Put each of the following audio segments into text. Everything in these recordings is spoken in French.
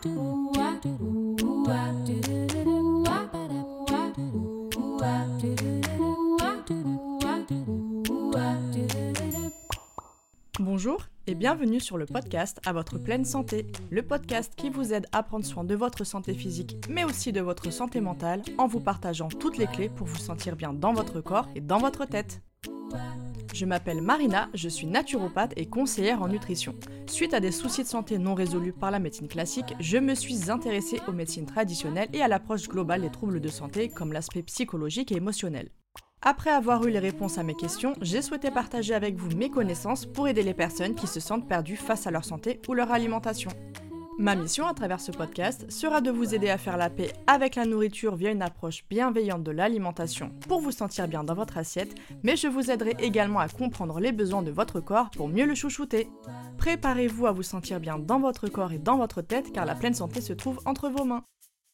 Bonjour et bienvenue sur le podcast À votre pleine santé, le podcast qui vous aide à prendre soin de votre santé physique mais aussi de votre santé mentale en vous partageant toutes les clés pour vous sentir bien dans votre corps et dans votre tête. Je m'appelle Marina, je suis naturopathe et conseillère en nutrition. Suite à des soucis de santé non résolus par la médecine classique, je me suis intéressée aux médecines traditionnelles et à l'approche globale des troubles de santé comme l'aspect psychologique et émotionnel. Après avoir eu les réponses à mes questions, j'ai souhaité partager avec vous mes connaissances pour aider les personnes qui se sentent perdues face à leur santé ou leur alimentation. Ma mission à travers ce podcast sera de vous aider à faire la paix avec la nourriture via une approche bienveillante de l'alimentation pour vous sentir bien dans votre assiette, mais je vous aiderai également à comprendre les besoins de votre corps pour mieux le chouchouter. Préparez-vous à vous sentir bien dans votre corps et dans votre tête car la pleine santé se trouve entre vos mains.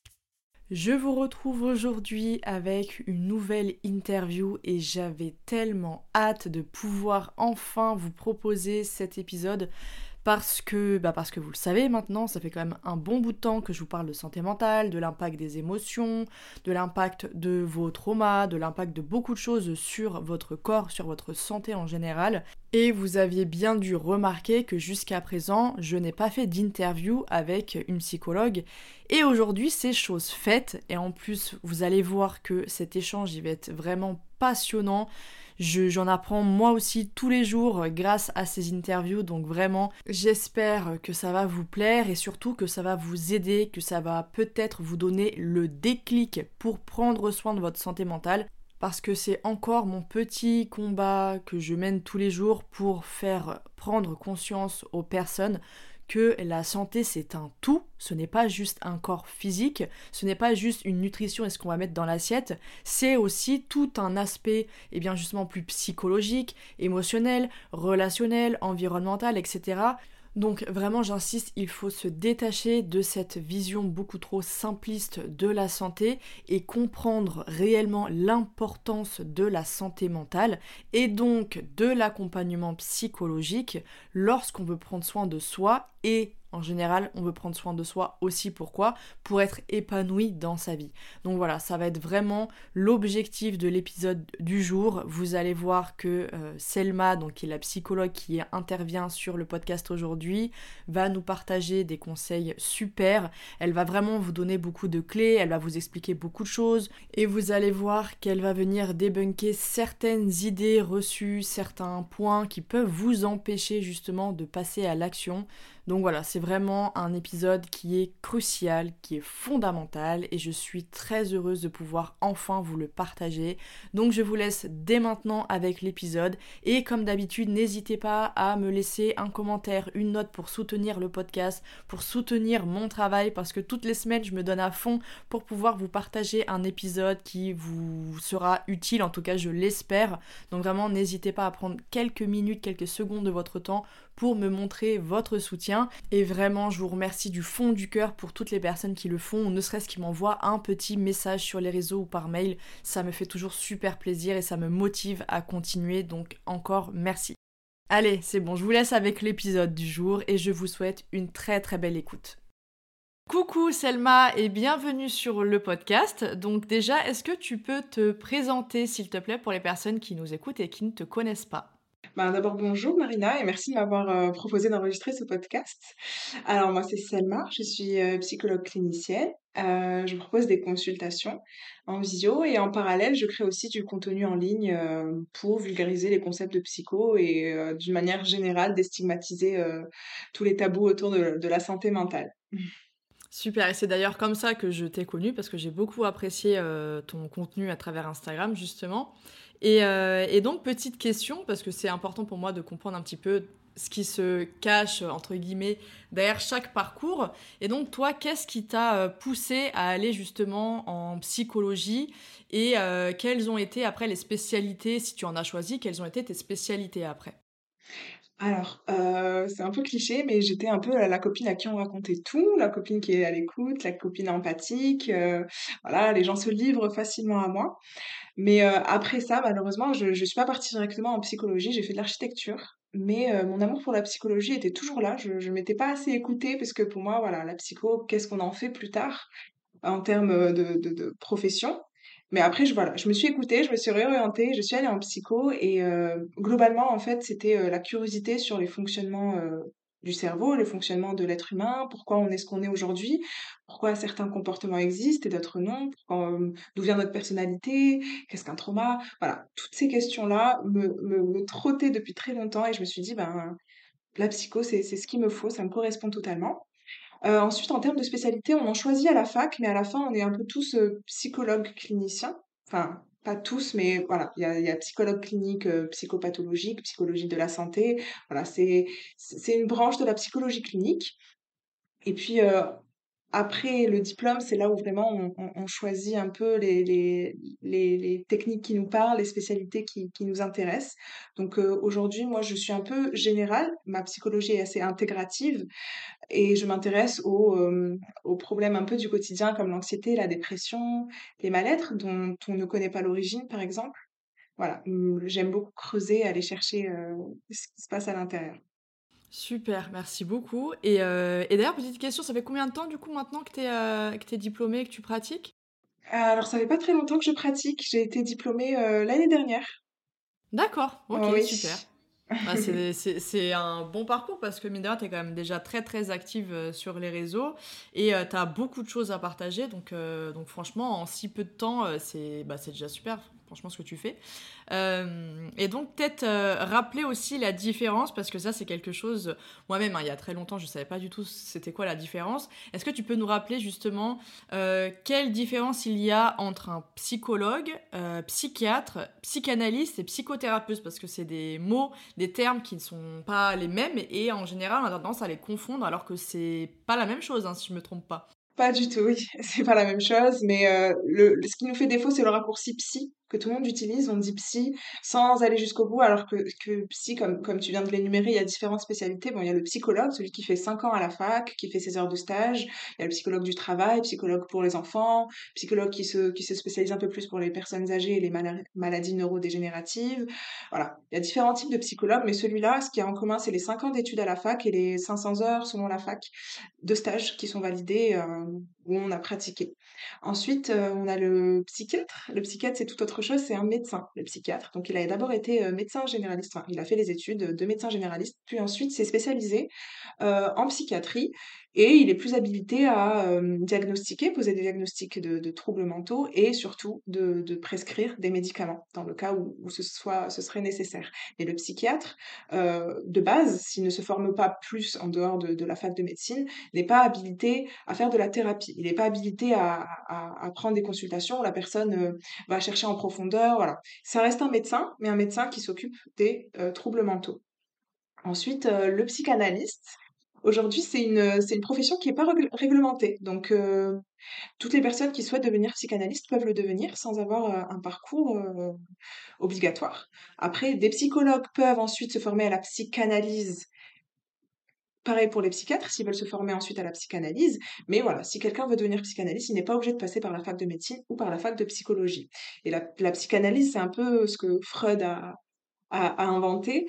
Je vous retrouve aujourd'hui avec une nouvelle interview et j'avais tellement hâte de pouvoir enfin vous proposer cet épisode parce que vous le savez maintenant, ça fait quand même un bon bout de temps que je vous parle de santé mentale, de l'impact des émotions, de l'impact de vos traumas, de l'impact de beaucoup de choses sur votre corps, sur votre santé en général. Et vous aviez bien dû remarquer que jusqu'à présent, je n'ai pas fait d'interview avec une psychologue. Et aujourd'hui, c'est chose faite. Et en plus, vous allez voir que cet échange, il va être vraiment passionnant. J'en apprends moi aussi tous les jours grâce à ces interviews, donc vraiment j'espère que ça va vous plaire et surtout que ça va vous aider, que ça va peut-être vous donner le déclic pour prendre soin de votre santé mentale. Parce que c'est encore mon petit combat que je mène tous les jours pour faire prendre conscience aux personnes que la santé c'est un tout, ce n'est pas juste un corps physique, ce n'est pas juste une nutrition et ce qu'on va mettre dans l'assiette, c'est aussi tout un aspect justement plus psychologique, émotionnel, relationnel, environnemental, etc. Donc vraiment j'insiste, il faut se détacher de cette vision beaucoup trop simpliste de la santé et comprendre réellement l'importance de la santé mentale et donc de l'accompagnement psychologique lorsqu'on veut prendre soin de soi et en général, on veut prendre soin de soi aussi, pourquoi ? Pour être épanoui dans sa vie. Donc voilà, ça va être vraiment l'objectif de l'épisode du jour. Vous allez voir que Selma, donc qui est la psychologue qui intervient sur le podcast aujourd'hui, va nous partager des conseils super. Elle va vraiment vous donner beaucoup de clés, elle va vous expliquer beaucoup de choses et vous allez voir qu'elle va venir débunker certaines idées reçues, certains points qui peuvent vous empêcher justement de passer à l'action. Donc voilà, c'est vraiment un épisode qui est crucial, qui est fondamental et je suis très heureuse de pouvoir enfin vous le partager. Donc je vous laisse dès maintenant avec l'épisode et comme d'habitude, n'hésitez pas à me laisser un commentaire, une note pour soutenir le podcast, pour soutenir mon travail parce que toutes les semaines, je me donne à fond pour pouvoir vous partager un épisode qui vous sera utile, en tout cas je l'espère. Donc vraiment, n'hésitez pas à prendre quelques minutes, quelques secondes de votre temps pour me montrer votre soutien. Et vraiment, je vous remercie du fond du cœur pour toutes les personnes qui le font, ou ne serait-ce qui m'envoient un petit message sur les réseaux ou par mail. Ça me fait toujours super plaisir et ça me motive à continuer, donc encore merci. Allez, c'est bon, je vous laisse avec l'épisode du jour et je vous souhaite une très très belle écoute. Coucou Selma et bienvenue sur le podcast. Donc déjà, est-ce que tu peux te présenter s'il te plaît pour les personnes qui nous écoutent et qui ne te connaissent pas ? D'abord, bonjour Marina et merci de m'avoir proposé d'enregistrer ce podcast. Alors, moi, c'est Selma, je suis psychologue clinicienne. Je propose des consultations en visio et en parallèle, je crée aussi du contenu en ligne pour vulgariser les concepts de psycho et d'une manière générale déstigmatiser tous les tabous autour de la santé mentale. Super, et c'est d'ailleurs comme ça que je t'ai connue, parce que j'ai beaucoup apprécié ton contenu à travers Instagram, justement. Et donc, petite question, parce que c'est important pour moi de comprendre un petit peu ce qui se cache, entre guillemets, derrière chaque parcours. Et donc, toi, qu'est-ce qui t'a poussé à aller justement en psychologie et quelles ont été après les spécialités, si tu en as choisi, quelles ont été tes spécialités après ? Alors, c'est un peu cliché, mais j'étais un peu la copine à qui on racontait tout, la copine qui est à l'écoute, la copine empathique, voilà, les gens se livrent facilement à moi. Mais après ça, malheureusement, je suis pas partie directement en psychologie, j'ai fait de l'architecture. Mais mon amour pour la psychologie était toujours là. Je m'étais pas assez écoutée parce que pour moi, voilà, la psycho, qu'est-ce qu'on en fait plus tard en termes de profession? Mais après, voilà, je me suis écoutée, je me suis réorientée, je suis allée en psycho et globalement, en fait, c'était la curiosité sur les fonctionnements du cerveau, les fonctionnements de l'être humain, pourquoi on est ce qu'on est aujourd'hui, pourquoi certains comportements existent et d'autres non, d'où vient notre personnalité, qu'est-ce qu'un trauma, voilà, toutes ces questions-là me trottaient depuis très longtemps et je me suis dit, ben, la psycho, c'est ce qu'il me faut, ça me correspond totalement. Ensuite, en termes de spécialité, on en choisit à la fac, mais à la fin, on est un peu tous psychologues cliniciens. Enfin, pas tous, mais voilà, il y a psychologue clinique, psychopathologique, psychologie de la santé. Voilà, c'est une branche de la psychologie clinique. Et puis, après le diplôme, c'est là où vraiment on choisit un peu les techniques qui nous parlent, les spécialités qui nous intéressent. Donc, aujourd'hui, moi, je suis un peu générale. Ma psychologie est assez intégrative. Et je m'intéresse aux problèmes un peu du quotidien comme l'anxiété, la dépression, les mal-être dont on ne connaît pas l'origine, par exemple. Voilà, j'aime beaucoup creuser, aller chercher ce qui se passe à l'intérieur. Super, merci beaucoup. Et d'ailleurs, petite question, ça fait combien de temps du coup maintenant que t'es diplômée et que tu pratiques? Alors, ça fait pas très longtemps que je pratique. J'ai été diplômée l'année dernière. D'accord, OK, Oh, oui. super. Bah, c'est un bon parcours parce que mine de rien, tu quand même déjà très, très active, sur les réseaux et tu as beaucoup de choses à partager donc franchement en si peu de temps, c'est déjà super, franchement ce que tu fais. Et donc peut-être, rappeler aussi la différence parce que ça c'est quelque chose, moi-même, hein, il y a très longtemps, je savais pas du tout c'était quoi la différence. Est-ce que tu peux nous rappeler justement, quelle différence il y a entre un psychologue, psychiatre, psychanalyste et psychothérapeute? Parce que c'est des mots, des termes qui ne sont pas les mêmes et en général, on a tendance à les confondre alors que c'est pas la même chose, hein, si je me trompe pas. Pas du tout, oui, c'est pas la même chose, mais ce qui nous fait défaut, c'est le raccourci psy que tout le monde utilise. On dit psy sans aller jusqu'au bout, alors que psy, comme tu viens de l'énumérer, il y a différentes spécialités. Bon, il y a le psychologue, celui qui fait 5 ans à la fac, qui fait ses heures de stage. Il y a le psychologue du travail, psychologue pour les enfants, psychologue qui se spécialise un peu plus pour les personnes âgées et les maladies neurodégénératives. Voilà, il y a différents types de psychologues, mais celui-là, ce qui a en commun, c'est les 5 ans d'études à la fac et les 500 heures selon la fac de stages qui sont validés, où on a pratiqué. Ensuite, on a le psychiatre. Le psychiatre, c'est tout autre chose, c'est un médecin, le psychiatre. Donc il a d'abord été, médecin généraliste, enfin, il a fait les études de médecin généraliste, puis ensuite s'est spécialisé en psychiatrie et il est plus habilité à diagnostiquer, poser des diagnostics de troubles mentaux et surtout de prescrire des médicaments dans le cas où ce serait nécessaire. Et le psychiatre, de base, s'il ne se forme pas plus en dehors de la fac de médecine, n'est pas habilité à faire de la thérapie. Il n'est pas habilité à prendre des consultations où la personne va chercher en profondeur. Voilà. Ça reste un médecin, mais un médecin qui s'occupe des troubles mentaux. Ensuite, le psychanalyste, aujourd'hui, c'est une profession qui est pas réglementée. Donc, toutes les personnes qui souhaitent devenir psychanalyste peuvent le devenir sans avoir, un parcours, obligatoire. Après, des psychologues peuvent ensuite se former à la psychanalyse. Pareil pour les psychiatres, s'ils veulent se former ensuite à la psychanalyse. Mais voilà, si quelqu'un veut devenir psychanalyste, il n'est pas obligé de passer par la fac de médecine ou par la fac de psychologie. Et la psychanalyse, c'est un peu ce que Freud a inventé.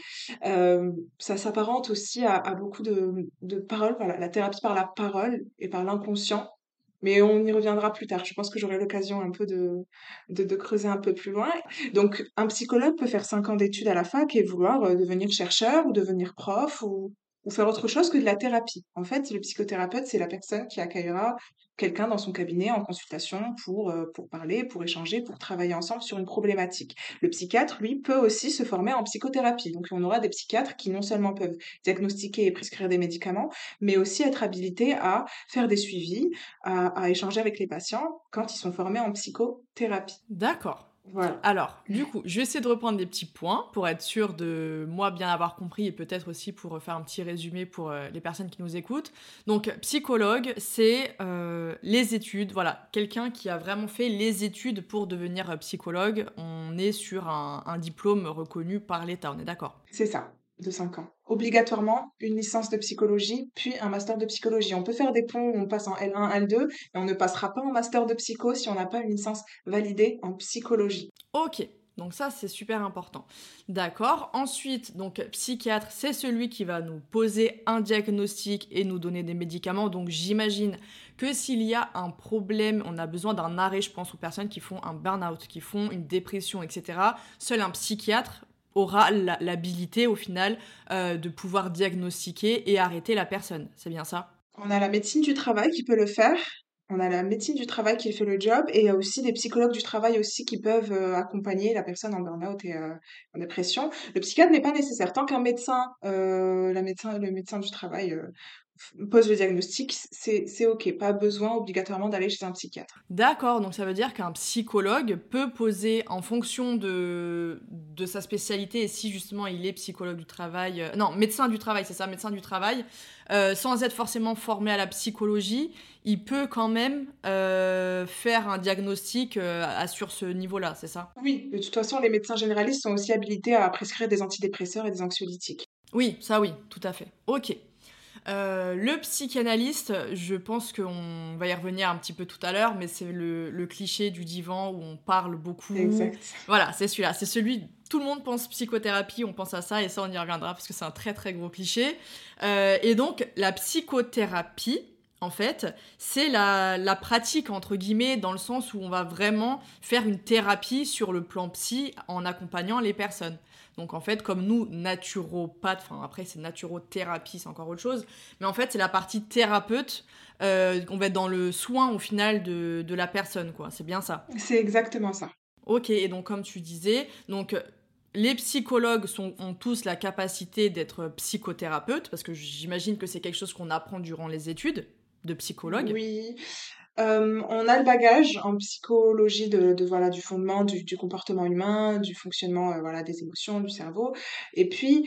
Ça s'apparente aussi à beaucoup de paroles, voilà, la thérapie par la parole et par l'inconscient. Mais on y reviendra plus tard. Je pense que j'aurai l'occasion un peu de creuser un peu plus loin. Donc, un psychologue peut faire 5 ans d'études à la fac et vouloir devenir chercheur ou devenir prof ou faire autre chose que de la thérapie. En fait, le psychothérapeute, c'est la personne qui accueillera quelqu'un dans son cabinet en consultation pour parler, pour échanger, pour travailler ensemble sur une problématique. Le psychiatre, lui, peut aussi se former en psychothérapie. Donc, on aura des psychiatres qui non seulement peuvent diagnostiquer et prescrire des médicaments, mais aussi être habilités à faire des suivis, à échanger avec les patients quand ils sont formés en psychothérapie. D'accord. Voilà. Alors, du coup, je vais essayer de reprendre des petits points pour être sûr de moi bien avoir compris et peut-être aussi pour faire un petit résumé pour les personnes qui nous écoutent. Donc, psychologue, c'est les études. Voilà, quelqu'un qui a vraiment fait les études pour devenir psychologue. On est sur un diplôme reconnu par l'État, on est d'accord? C'est ça. de 5 ans. Obligatoirement, une licence de psychologie, puis un master de psychologie. On peut faire des ponts où on passe en L1, L2, mais on ne passera pas en master de psycho si on n'a pas une licence validée en psychologie. Ok, donc ça c'est super important. D'accord. Ensuite, donc psychiatre, c'est celui qui va nous poser un diagnostic et nous donner des médicaments. Donc j'imagine que s'il y a un problème, on a besoin d'un arrêt, je pense aux personnes qui font un burn-out, qui font une dépression, etc. Seul un psychiatre aura l'habilité au final de pouvoir diagnostiquer et arrêter la personne. C'est bien ça? On a la médecine du travail qui peut le faire. On a la médecine du travail qui fait le job et il y a aussi des psychologues du travail aussi qui peuvent accompagner la personne en burn-out et en dépression. Le psychiatre n'est pas nécessaire. Tant qu'un médecin, le médecin du travail pose le diagnostic, c'est OK. Pas besoin obligatoirement d'aller chez un psychiatre. D'accord, donc ça veut dire qu'un psychologue peut poser en fonction de sa spécialité, et si justement il est psychologue du travail, non, médecin du travail, c'est ça, médecin du travail, sans être forcément formé à la psychologie, il peut quand même faire un diagnostic sur ce niveau-là, c'est ça? Oui, de toute façon, les médecins généralistes sont aussi habilités à prescrire des antidépresseurs et des anxiolytiques. Oui, ça oui, tout à fait. Ok. Le psychanalyste, je pense qu'on va y revenir un petit peu tout à l'heure, mais c'est le cliché du divan où on parle beaucoup. Exact. Voilà, c'est celui-là. C'est celui, tout le monde pense psychothérapie, on pense à ça, et ça, on y reviendra parce que c'est un très très gros cliché. Et donc, la psychothérapie, en fait, c'est la pratique, entre guillemets, dans le sens où on va vraiment faire une thérapie sur le plan psy en accompagnant les personnes. Donc en fait, comme nous, naturopathes, enfin après c'est naturothérapie, c'est encore autre chose, mais en fait c'est la partie thérapeute, on va être dans le soin au final de la personne, quoi. C'est bien ça. C'est exactement ça. Ok, et donc comme tu disais, donc les psychologues ont tous la capacité d'être psychothérapeutes, parce que j'imagine que c'est quelque chose qu'on apprend durant les études de psychologue. Oui, on a le bagage en psychologie voilà, du fondement du comportement humain, du fonctionnement, voilà, des émotions, du cerveau et puis,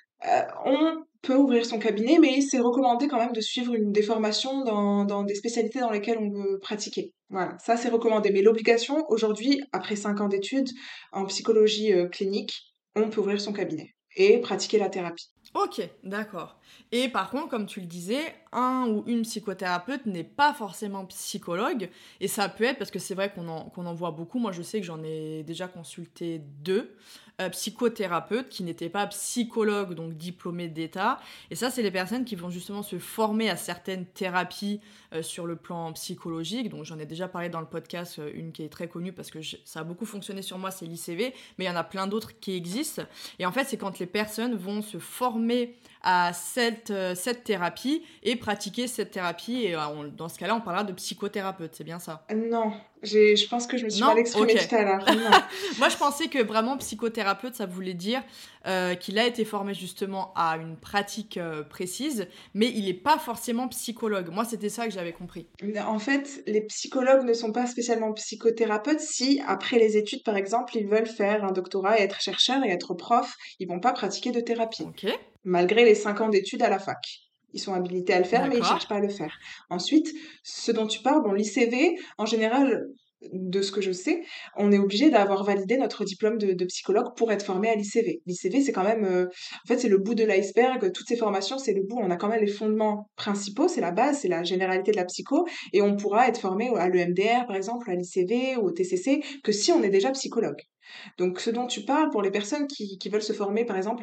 on peut ouvrir son cabinet, mais c'est recommandé quand même de suivre des formations dans des spécialités dans lesquelles on veut pratiquer. Voilà, ça c'est recommandé, mais l'obligation aujourd'hui, après 5 ans d'études en psychologie, clinique, on peut ouvrir son cabinet et pratiquer la thérapie. Ok, d'accord. Et par contre, comme tu le disais, un ou une psychothérapeute n'est pas forcément psychologue. Et ça peut être, parce que c'est vrai qu'on en voit beaucoup, moi je sais que j'en ai déjà consulté deux, psychothérapeutes qui n'étaient pas psychologues, donc diplômés d'État. Et ça, c'est les personnes qui vont justement se former à certaines thérapies sur le plan psychologique. Donc j'en ai déjà parlé dans le podcast, une qui est très connue parce que ça a beaucoup fonctionné sur moi, c'est l'ICV, mais il y en a plein d'autres qui existent. Et en fait, c'est quand les personnes vont se former à cette thérapie et pratiquer cette thérapie. Et dans ce cas-là, on parlera de psychothérapeute, c'est bien ça? Non, je pense que je me suis mal Non? exprimée Ok. tout à l'heure. Non. Moi, je pensais que vraiment psychothérapeute, ça voulait dire qu'il a été formé justement à une pratique précise, mais il n'est pas forcément psychologue. Moi, c'était ça que j'avais compris. En fait, les psychologues ne sont pas spécialement psychothérapeutes si, après les études, par exemple, ils veulent faire un doctorat et être chercheurs et être prof, ils vont pas pratiquer de thérapie, Ok, malgré les 5 ans d'études à la fac. Ils sont habilités à le faire, mais ils d'accord. cherchent pas à le faire. Ensuite, ce dont tu parles, bon, l'ICV, en général, de ce que je sais, on est obligé d'avoir validé notre diplôme de psychologue pour être formé à l'ICV. L'ICV, c'est quand même, en fait, c'est le bout de l'iceberg. Toutes ces formations, c'est le bout. On a quand même les fondements principaux, c'est la base, c'est la généralité de la psycho, et on pourra être formé à l'EMDR, par exemple, à l'ICV ou au TCC, que si on est déjà psychologue. Donc, ce dont tu parles, pour les personnes qui veulent se former, par exemple,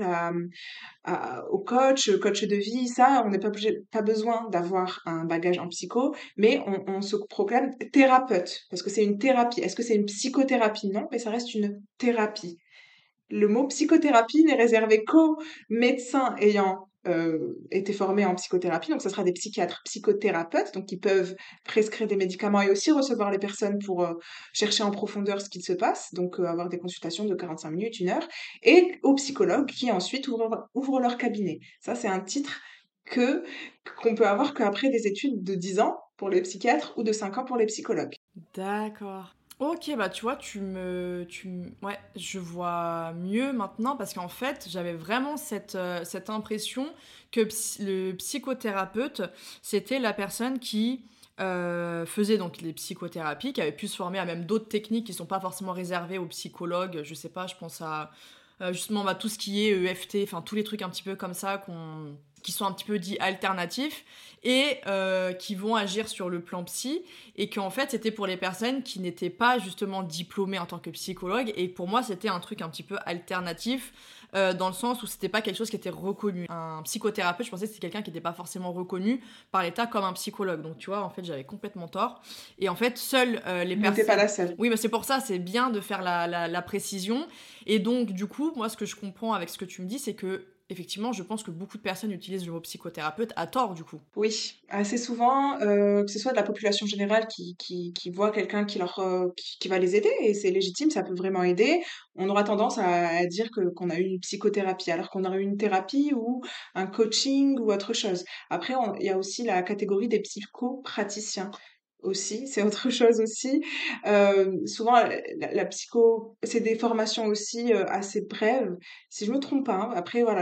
au coach de vie, ça, on n'est pas besoin d'avoir un bagage en psycho, mais on se proclame thérapeute, parce que c'est une thérapie. Est-ce que c'est une psychothérapie? Non, mais ça reste une thérapie. Le mot psychothérapie n'est réservé qu'aux médecins ayant été formés en psychothérapie, donc ce sera des psychiatres psychothérapeutes, donc qui peuvent prescrire des médicaments et aussi recevoir les personnes pour chercher en profondeur ce qu'il se passe, donc avoir des consultations de 45 minutes, 1 heure, et aux psychologues qui ensuite ouvrent leur cabinet. Ça, c'est un titre que qu'on peut avoir qu'après des études de 10 ans pour les psychiatres ou de 5 ans pour les psychologues. D'accord. Ok, bah tu vois, ouais, je vois mieux maintenant parce qu'en fait, j'avais vraiment cette impression que le psychothérapeute, c'était la personne qui faisait donc les psychothérapies, qui avait pu se former à même d'autres techniques qui sont pas forcément réservées aux psychologues. Je sais pas, je pense justement tout ce qui est EFT, enfin tous les trucs un petit peu comme ça qui sont un petit peu dits alternatifs et qui vont agir sur le plan psy et qu'en fait c'était pour les personnes qui n'étaient pas justement diplômées en tant que psychologue et pour moi c'était un truc un petit peu alternatif dans le sens où c'était pas quelque chose qui était reconnu. Un psychothérapeute, je pensais que c'était quelqu'un qui n'était pas forcément reconnu par l'État comme un psychologue. Donc tu vois, en fait j'avais complètement tort. Et en fait seules les Mais t'es pas personnes... la seule. Oui, mais c'est pour ça, c'est bien de faire la précision. Et donc du coup, moi ce que je comprends avec ce que tu me dis, c'est que effectivement, je pense que beaucoup de personnes utilisent le mot psychothérapeute à tort, du coup. Oui, assez souvent, que ce soit de la population générale qui voit quelqu'un qui va les aider, et c'est légitime, ça peut vraiment aider. On aura tendance à dire qu'on a eu une psychothérapie, alors qu'on aurait eu une thérapie ou un coaching ou autre chose. Après, il y a aussi la catégorie des psychopraticiens. Aussi, c'est autre chose aussi. Souvent, la psycho, c'est des formations aussi assez brèves, si je me trompe pas, hein. Après, voilà,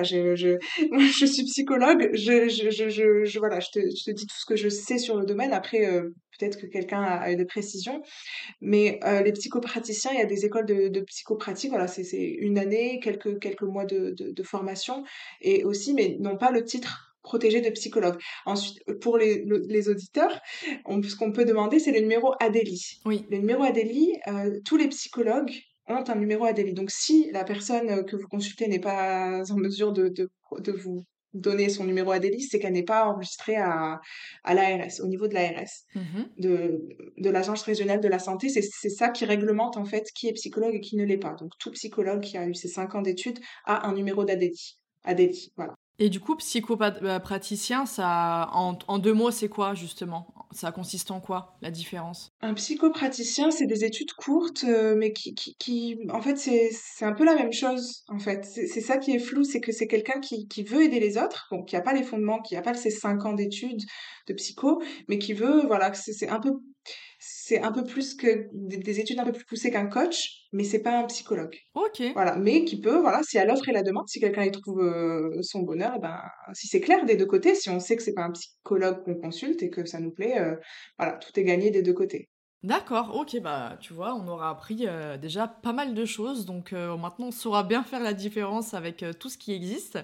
je suis psychologue, voilà, je te dis tout ce que je sais sur le domaine. Après, peut-être que quelqu'un a des précisions, mais les psychopraticiens, il y a des écoles de psychopratique, voilà, c'est une année, quelques mois de formation, et aussi, mais non pas le titre protégé de psychologue. Ensuite, pour les auditeurs, ce qu'on peut demander, c'est le numéro ADELI. Oui. Le numéro ADELI, tous les psychologues ont un numéro ADELI. Donc, si la personne que vous consultez n'est pas en mesure de vous donner son numéro ADELI, c'est qu'elle n'est pas enregistrée à l'ARS, au niveau de l'ARS, Mhm. de l'Agence régionale de la santé. C'est ça qui réglemente en fait qui est psychologue et qui ne l'est pas. Donc, tout psychologue qui a eu ses 5 ans d'études a un numéro d'ADELI. ADELI, voilà. Et du coup, psychopraticien, ça, en deux mots, c'est quoi, justement? Ça consiste en quoi, la différence? Un psychopraticien, c'est des études courtes, mais en fait, c'est un peu la même chose, en fait. C'est ça qui est flou, c'est que c'est quelqu'un qui veut aider les autres, bon, qui a pas les fondements, qui a pas ces 5 ans d'études de psycho, mais qui veut, voilà, que c'est un peu plus que des études un peu plus poussées qu'un coach, mais c'est pas un psychologue. Ok. Voilà, mais qui peut, voilà, si à l'offre et la demande, si quelqu'un y trouve son bonheur, eh ben, si c'est clair des deux côtés, si on sait que c'est pas un psychologue qu'on consulte et que ça nous plaît, voilà, tout est gagné des deux côtés. D'accord, ok, bah tu vois, on aura appris déjà pas mal de choses, donc maintenant on saura bien faire la différence avec tout ce qui existe.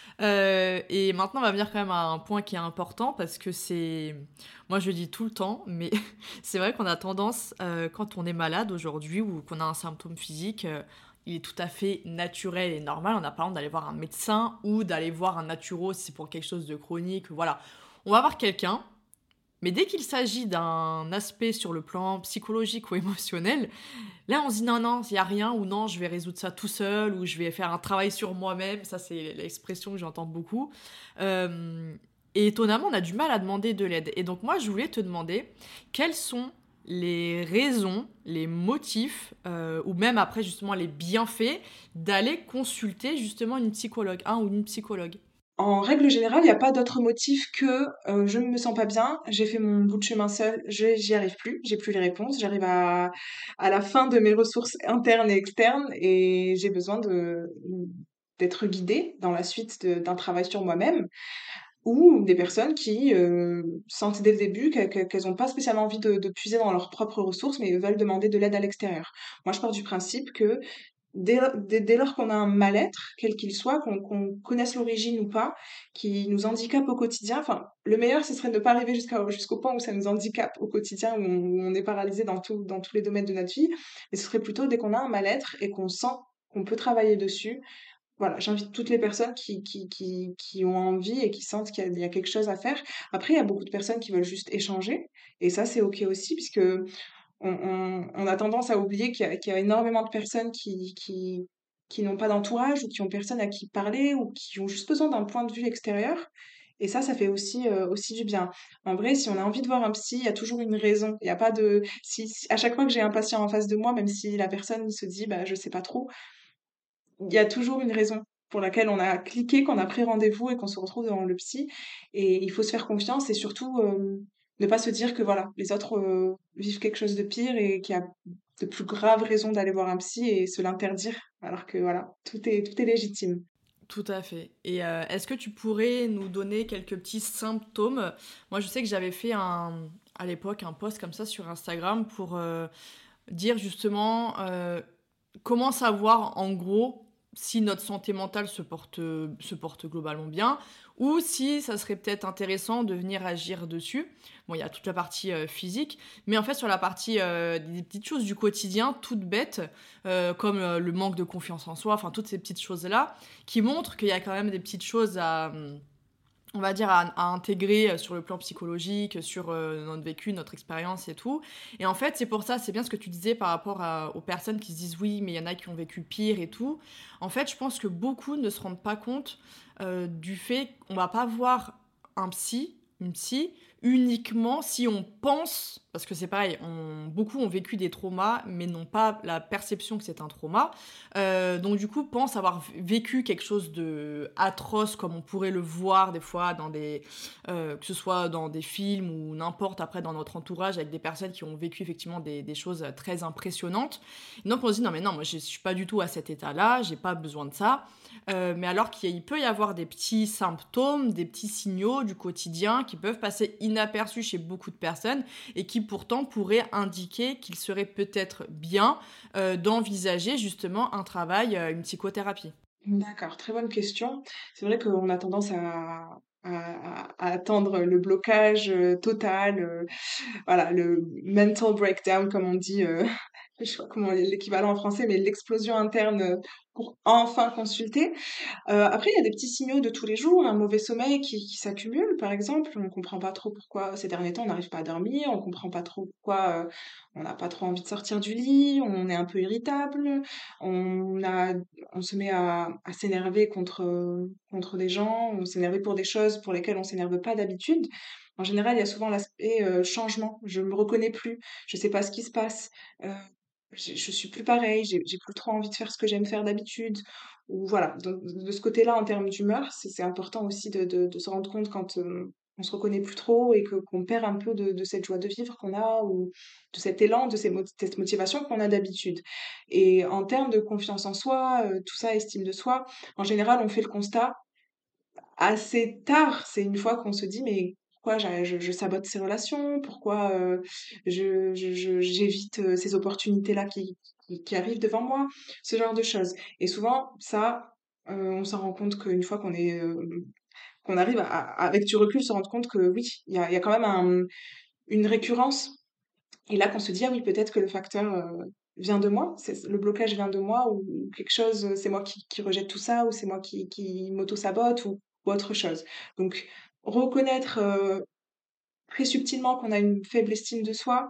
Et maintenant on va venir quand même à un point qui est important parce que c'est, moi je le dis tout le temps, mais c'est vrai qu'on a tendance, quand on est malade aujourd'hui ou qu'on a un symptôme physique, il est tout à fait naturel et normal, on n'a pas honte d'aller voir un médecin ou d'aller voir un naturo si c'est pour quelque chose de chronique, voilà. On va voir quelqu'un. Mais dès qu'il s'agit d'un aspect sur le plan psychologique ou émotionnel, là on se dit non, non, il n'y a rien, ou non, je vais résoudre ça tout seul, ou je vais faire un travail sur moi-même. Ça, c'est l'expression que j'entends beaucoup. Euh, et étonnamment, on a du mal à demander de l'aide. Et donc moi, je voulais te demander quelles sont les raisons, les motifs, ou même après justement les bienfaits d'aller consulter justement une psychologue, un ou une psychologue. En règle générale, il n'y a pas d'autre motif que je ne me sens pas bien, j'ai fait mon bout de chemin seul, j'y arrive plus, j'ai plus les réponses, j'arrive à la fin de mes ressources internes et externes et j'ai besoin d'être guidée dans la suite d'un travail sur moi-même. Ou des personnes qui sentent dès le début qu'elles n'ont pas spécialement envie de puiser dans leurs propres ressources, mais veulent demander de l'aide à l'extérieur. Moi, je pars du principe que dès lors qu'on a un mal-être, quel qu'il soit, qu'on connaisse l'origine ou pas, qui nous handicape au quotidien, enfin, le meilleur, ce serait de ne pas arriver jusqu'au point où ça nous handicape au quotidien, où on est paralysé dans tous les domaines de notre vie, mais ce serait plutôt dès qu'on a un mal-être et qu'on sent qu'on peut travailler dessus. Voilà, j'invite toutes les personnes qui ont envie et qui sentent qu'il y a quelque chose à faire. Après, il y a beaucoup de personnes qui veulent juste échanger, et ça, c'est OK aussi, puisque on a tendance à oublier qu'il y a énormément de personnes qui n'ont pas d'entourage ou qui ont personne à qui parler ou qui ont juste besoin d'un point de vue extérieur. Et ça fait aussi du bien. En vrai, si on a envie de voir un psy, il y a toujours une raison. Il y a pas de... à chaque fois que j'ai un patient en face de moi, même si la personne se dit, bah, je sais pas trop, il y a toujours une raison pour laquelle on a cliqué, qu'on a pris rendez-vous et qu'on se retrouve devant le psy. Et il faut se faire confiance et surtout ne pas se dire que voilà, les autres vivent quelque chose de pire et qu'il y a de plus graves raisons d'aller voir un psy et se l'interdire. Alors que voilà, tout est légitime. Tout à fait. Et est-ce que tu pourrais nous donner quelques petits symptômes? Moi, je sais que j'avais fait à l'époque un post comme ça sur Instagram pour dire justement comment savoir en gros si notre santé mentale se porte globalement bien, ou si ça serait peut-être intéressant de venir agir dessus. Bon, il y a toute la partie physique, mais en fait sur la partie des petites choses du quotidien, toutes bêtes, comme le manque de confiance en soi, enfin toutes ces petites choses-là, qui montrent qu'il y a quand même des petites choses on va dire, à intégrer sur le plan psychologique, sur notre vécu, notre expérience et tout. Et en fait, c'est pour ça, c'est bien ce que tu disais par rapport aux personnes qui se disent oui, mais il y en a qui ont vécu pire et tout. En fait, je pense que beaucoup ne se rendent pas compte du fait qu'on va pas voir un psy, une psy, uniquement si on pense, parce que c'est pareil, beaucoup ont vécu des traumas, mais n'ont pas la perception que c'est un trauma. Donc du coup, pensent avoir vécu quelque chose de atroce, comme on pourrait le voir des fois dans que ce soit dans des films ou n'importe après dans notre entourage avec des personnes qui ont vécu effectivement des choses très impressionnantes. Donc on se dit non mais non, moi je suis pas du tout à cet état-là, j'ai pas besoin de ça. Mais alors qu'il peut y avoir des petits symptômes, des petits signaux du quotidien qui peuvent passer inaperçus chez beaucoup de personnes et qui pourtant pourraient indiquer qu'il serait peut-être bien d'envisager justement un travail, une psychothérapie. D'accord, très bonne question. C'est vrai qu'on a tendance à attendre le blocage total, voilà, le mental breakdown, comme on dit, je sais pas comment l'équivalent en français, mais l'explosion interne pour enfin consulter. Après, il y a des petits signaux de tous les jours, un mauvais sommeil qui s'accumule, par exemple. On comprend pas trop pourquoi ces derniers temps on n'arrive pas à dormir, on comprend pas trop pourquoi on n'a pas trop envie de sortir du lit, on est un peu irritable, on a, on se met à s'énerver contre des gens, on s'énerve pour des choses pour lesquelles on s'énerve pas d'habitude. En général, il y a souvent l'aspect changement. Je me reconnais plus, je sais pas ce qui se passe. euh, je suis plus pareil, j'ai plus trop envie de faire ce que j'aime faire d'habitude. Ou voilà, donc de ce côté-là, en termes d'humeur, c'est important aussi de se rendre compte quand on se reconnaît plus trop et qu'on perd un peu de cette joie de vivre qu'on a ou de cet élan, cette motivation qu'on a d'habitude. Et en termes de confiance en soi, tout ça, estime de soi, en général, on fait le constat assez tard. C'est une fois qu'on se dit, mais pourquoi je sabote ces relations? Pourquoi j'évite ces opportunités-là qui arrivent devant moi? Ce genre de choses. Et souvent, ça, on s'en rend compte qu'une fois qu'on arrive avec du recul, se rendre compte que oui, il y a quand même une récurrence. Et là, qu'on se dit, ah oui, peut-être que le facteur vient de moi, le blocage vient de moi, ou quelque chose, c'est moi qui rejette tout ça, ou c'est moi qui m'auto-sabote, ou autre chose. Donc, reconnaître très subtilement qu'on a une faible estime de soi,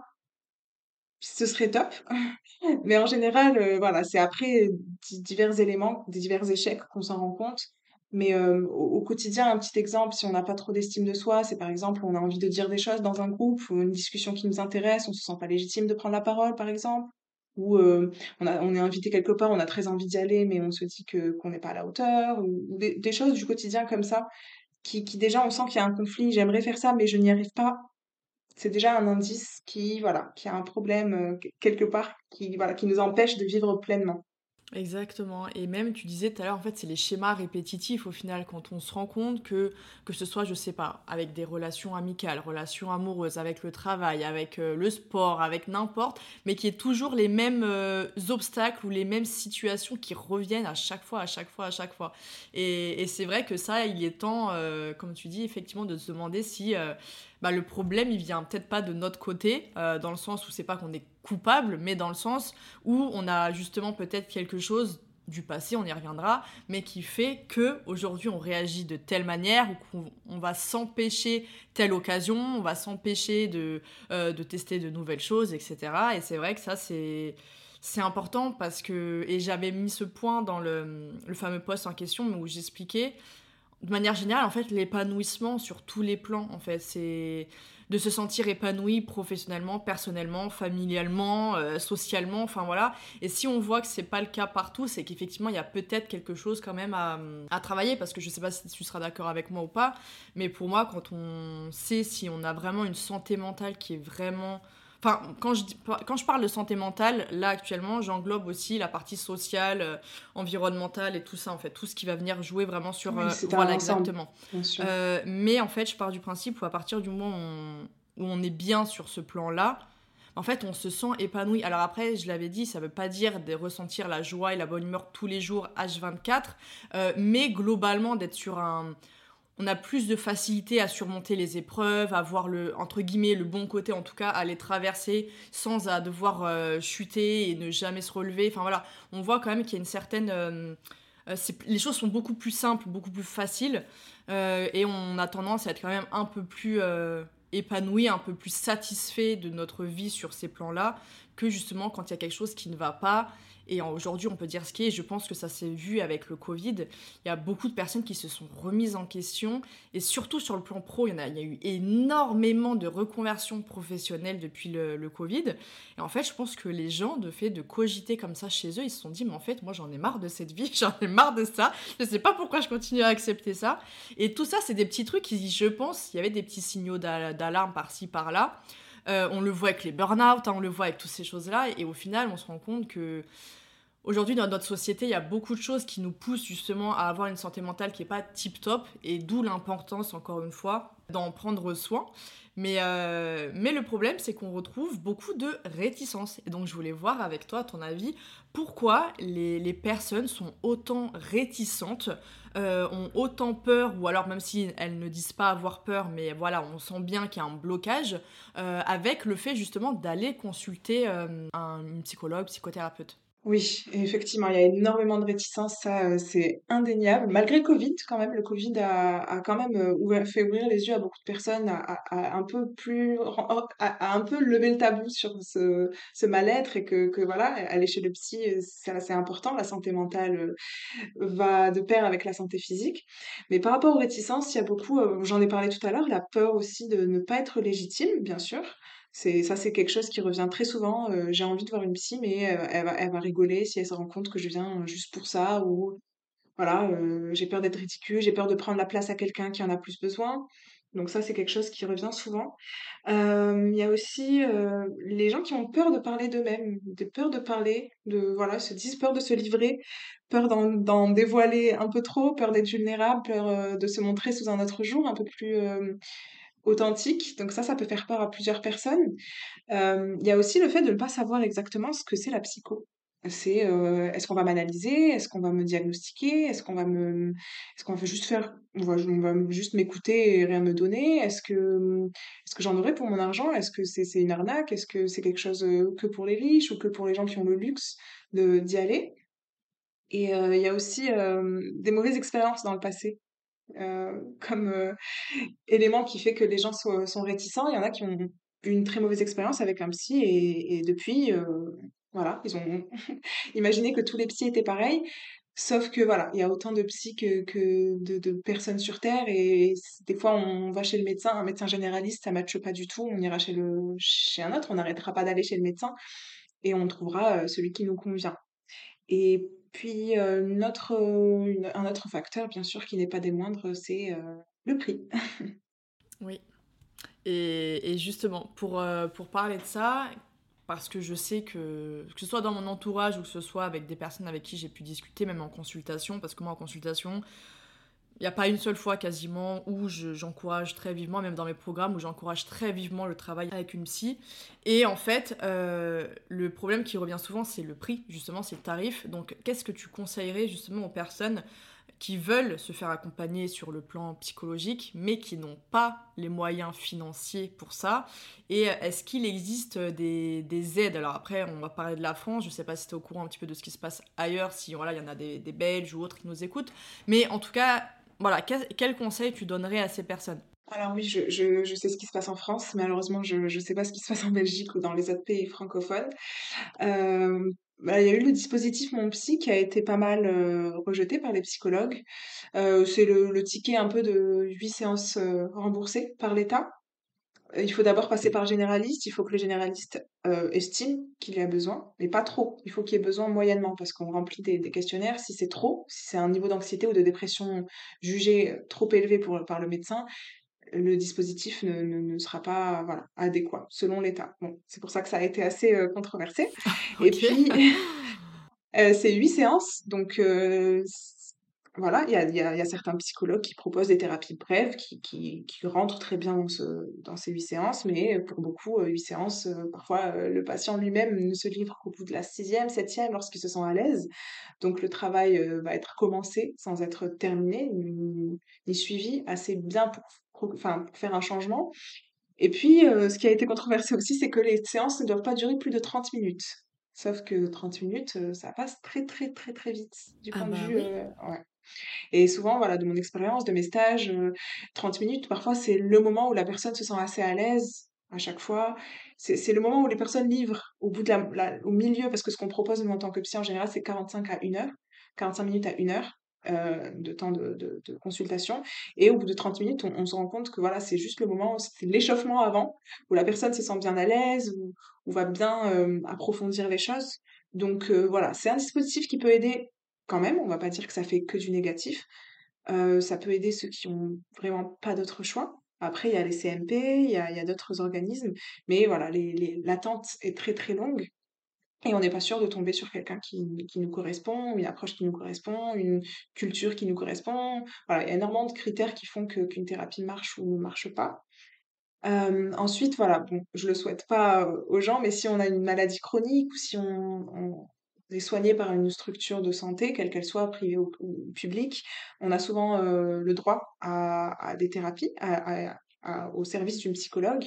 ce serait top. Mais en général, voilà, c'est après divers éléments, des divers échecs qu'on s'en rend compte. Mais au quotidien, un petit exemple, si on n'a pas trop d'estime de soi, c'est par exemple, on a envie de dire des choses dans un groupe ou une discussion qui nous intéresse, on se sent pas légitime de prendre la parole, par exemple. Ou on est invité quelque part, on a très envie d'y aller, mais on se dit qu'on n'est pas à la hauteur. Ou des choses du quotidien comme ça, qui déjà, on sent qu'il y a un conflit, j'aimerais faire ça, mais je n'y arrive pas. C'est déjà un indice voilà, qui a un problème quelque part, voilà, qui nous empêche de vivre pleinement. Exactement. Et même, tu disais tout à l'heure, en fait, c'est les schémas répétitifs au final, quand on se rend compte que ce soit, je sais pas, avec des relations amicales, relations amoureuses, avec le travail, avec le sport, avec n'importe, mais qu'il y ait toujours les mêmes obstacles ou les mêmes situations qui reviennent à chaque fois, à chaque fois, à chaque fois. Et c'est vrai que ça, il est temps, comme tu dis, effectivement, de se demander si le problème, il vient peut-être pas de notre côté, dans le sens où c'est pas qu'on est coupable, mais dans le sens où on a justement peut-être quelque chose du passé, on y reviendra, mais qui fait que aujourd'hui on réagit de telle manière ou qu'on va s'empêcher telle occasion, on va s'empêcher de tester de nouvelles choses, etc. Et c'est vrai que ça c'est important parce que, et j'avais mis ce point dans le fameux post en question où j'expliquais de manière générale, en fait, l'épanouissement sur tous les plans, en fait, c'est de se sentir épanoui professionnellement, personnellement, familialement, socialement, enfin voilà. Et si on voit que c'est pas le cas partout, c'est qu'effectivement, il y a peut-être quelque chose quand même à travailler, parce que je sais pas si tu seras d'accord avec moi ou pas, mais pour moi, quand on sait si on a vraiment une santé mentale qui est vraiment... Enfin, quand je parle de santé mentale, là, actuellement, j'englobe aussi la partie sociale, environnementale et tout ça, en fait. Tout ce qui va venir jouer vraiment sur... Oui, c'est un voilà, ensemble, exactement. bien sûr. Mais en fait, je pars du principe où à partir du moment où on est bien sur ce plan-là, en fait, on se sent épanoui. Alors après, je l'avais dit, ça veut pas dire de ressentir la joie et la bonne humeur tous les jours, H24, mais globalement, d'être sur un... On a plus de facilité à surmonter les épreuves, à voir le, entre guillemets, le bon côté, en tout cas, à les traverser sans à devoir chuter et ne jamais se relever. Enfin voilà, on voit quand même qu'il y a une certaine... les choses sont beaucoup plus simples, beaucoup plus faciles, et on a tendance à être quand même un peu plus épanoui, un peu plus satisfait de notre vie sur ces plans-là, que justement quand il y a quelque chose qui ne va pas. Et aujourd'hui, on peut dire ce qui est. Je pense que ça s'est vu avec le Covid. Il y a beaucoup de personnes qui se sont remises en question. Et surtout sur le plan pro, il y a eu énormément de reconversions professionnelles depuis le Covid. Et en fait, je pense que les gens, de fait de cogiter comme ça chez eux, ils se sont dit, mais en fait, moi, j'en ai marre de cette vie, j'en ai marre de ça. Je sais pas pourquoi je continue à accepter ça. Et tout ça, c'est des petits trucs qui, je pense, il y avait des petits signaux d'alarme par-ci, par-là. On le voit avec les burn-out, hein, on le voit avec toutes ces choses-là. Et au final, on se rend compte que aujourd'hui, dans notre société, il y a beaucoup de choses qui nous poussent justement à avoir une santé mentale qui n'est pas tip-top, et d'où l'importance, encore une fois, d'en prendre soin. Mais le problème, c'est qu'on retrouve beaucoup de réticence. Et donc, je voulais voir avec toi, à ton avis, pourquoi les personnes sont autant réticentes, ont autant peur, ou alors même si elles ne disent pas avoir peur, mais voilà, on sent bien qu'il y a un blocage, avec le fait justement d'aller consulter une psychologue, psychothérapeute. Oui, effectivement, il y a énormément de réticences, ça, c'est indéniable. Malgré le Covid, quand même, le Covid a quand même fait ouvrir les yeux à beaucoup de personnes, à un peu plus, à un peu lever le tabou sur ce mal-être et que voilà, aller chez le psy, c'est assez important. La santé mentale va de pair avec la santé physique. Mais par rapport aux réticences, il y a beaucoup, j'en ai parlé tout à l'heure, la peur aussi de ne pas être légitime, bien sûr. C'est quelque chose qui revient très souvent. J'ai envie de voir une psy, mais elle va rigoler si elle se rend compte que je viens juste pour ça, ou voilà, j'ai peur d'être ridicule, j'ai peur de prendre la place à quelqu'un qui en a plus besoin. Donc ça, c'est quelque chose qui revient souvent. Il y a aussi les gens qui ont peur de parler d'eux-mêmes, des peurs de parler, voilà, se disent peur de se livrer, peur d'en dévoiler un peu trop, peur d'être vulnérable, peur de se montrer sous un autre jour, un peu plus authentique. Donc ça peut faire peur à plusieurs personnes. Il y a aussi le fait de ne pas savoir exactement ce que c'est la psycho. C'est, est-ce qu'on va m'analyser? Est-ce qu'on va me diagnostiquer? Est-ce qu'on va juste juste m'écouter et rien me donner? Est-ce que j'en aurai pour mon argent? Est-ce que c'est une arnaque? Est-ce que c'est quelque chose, que pour les riches ou que pour les gens qui ont le luxe d'y aller? Et il y a aussi, des mauvaises expériences dans le passé, comme, élément qui fait que les gens sont réticents. Il y en a qui ont eu une très mauvaise expérience avec un psy et depuis, voilà, ils ont imaginé que tous les psys étaient pareils. Sauf que voilà, il y a autant de psys que de personnes sur Terre et des fois on va chez le médecin, un médecin généraliste, ça matche pas du tout, on ira chez un autre, on n'arrêtera pas d'aller chez le médecin et on trouvera celui qui nous convient. Et puis un autre facteur, bien sûr, qui n'est pas des moindres, c'est le prix. Oui. Et justement, pour parler de ça, parce que je sais que ce soit dans mon entourage ou que ce soit avec des personnes avec qui j'ai pu discuter, même en consultation, parce que moi en consultation, il n'y a pas une seule fois quasiment où j'encourage très vivement, même dans mes programmes, où j'encourage très vivement le travail avec une psy. Et en fait, le problème qui revient souvent, c'est le prix, justement, c'est le tarif. Donc, qu'est-ce que tu conseillerais justement aux personnes qui veulent se faire accompagner sur le plan psychologique, mais qui n'ont pas les moyens financiers pour ça? Et est-ce qu'il existe des aides? Alors après, on va parler de la France, je ne sais pas si tu es au courant un petit peu de ce qui se passe ailleurs, si voilà, il y en a des Belges ou autres qui nous écoutent, mais en tout cas, voilà, quel conseil tu donnerais à ces personnes? Alors oui, je sais ce qui se passe en France. Malheureusement, je sais pas ce qui se passe en Belgique ou dans les autres pays francophones. Bah, il y a eu le dispositif Mon Psy qui a été pas mal rejeté par les psychologues. C'est le ticket un peu de 8 séances remboursées par l'État. Il faut d'abord passer par le généraliste. Il faut que le généraliste estime qu'il a besoin, mais pas trop. Il faut qu'il y ait besoin moyennement parce qu'on remplit des questionnaires. Si c'est trop, si c'est un niveau d'anxiété ou de dépression jugé trop élevé par le médecin, le dispositif ne sera pas voilà, adéquat selon l'État. Bon, c'est pour ça que ça a été assez controversé. Et Ok. puis, c'est 8 séances, donc Voilà, il y a certains psychologues qui proposent des thérapies brèves qui rentrent très bien dans ces 8 séances, mais pour beaucoup, 8 séances, parfois, le patient lui-même ne se livre qu'au bout de la 6e, 7e lorsqu'il se sent à l'aise. Donc le travail, va être commencé sans être terminé ni suivi assez bien pour faire un changement. Et puis, ce qui a été controversé aussi, c'est que les séances ne doivent pas durer plus de 30 minutes. Sauf que 30 minutes, ça passe très, très, très, très vite du Ah point de bah vue, oui. ouais. Et souvent, voilà, de mon expérience, de mes stages, 30 minutes, parfois, c'est le moment où la personne se sent assez à l'aise, à chaque fois. C'est le moment où les personnes livrent au bout de au milieu, parce que ce qu'on propose, nous, en tant que psy, en général, c'est 45 à 1 heure, 45 minutes à 1 heure, de temps de consultation. Et au bout de 30 minutes, on se rend compte que, voilà, c'est juste le moment, c'est l'échauffement avant, où la personne se sent bien à l'aise, où va bien, approfondir les choses. Donc, voilà, c'est un dispositif qui peut aider quand même, on va pas dire que ça fait que du négatif. Ça peut aider ceux qui ont vraiment pas d'autre choix. Après, il y a les CMP, il y a d'autres organismes, mais voilà, l'attente est très, très longue et on n'est pas sûr de tomber sur quelqu'un qui nous correspond, une approche qui nous correspond, une culture qui nous correspond. Voilà, il y a énormément de critères qui font qu'une thérapie marche ou ne marche pas. Ensuite, voilà, bon, je le souhaite pas, aux gens, mais si on a une maladie chronique ou si on est soigné par une structure de santé, quelle qu'elle soit, privée ou publique, on a souvent, le droit à des thérapies, au service d'une psychologue,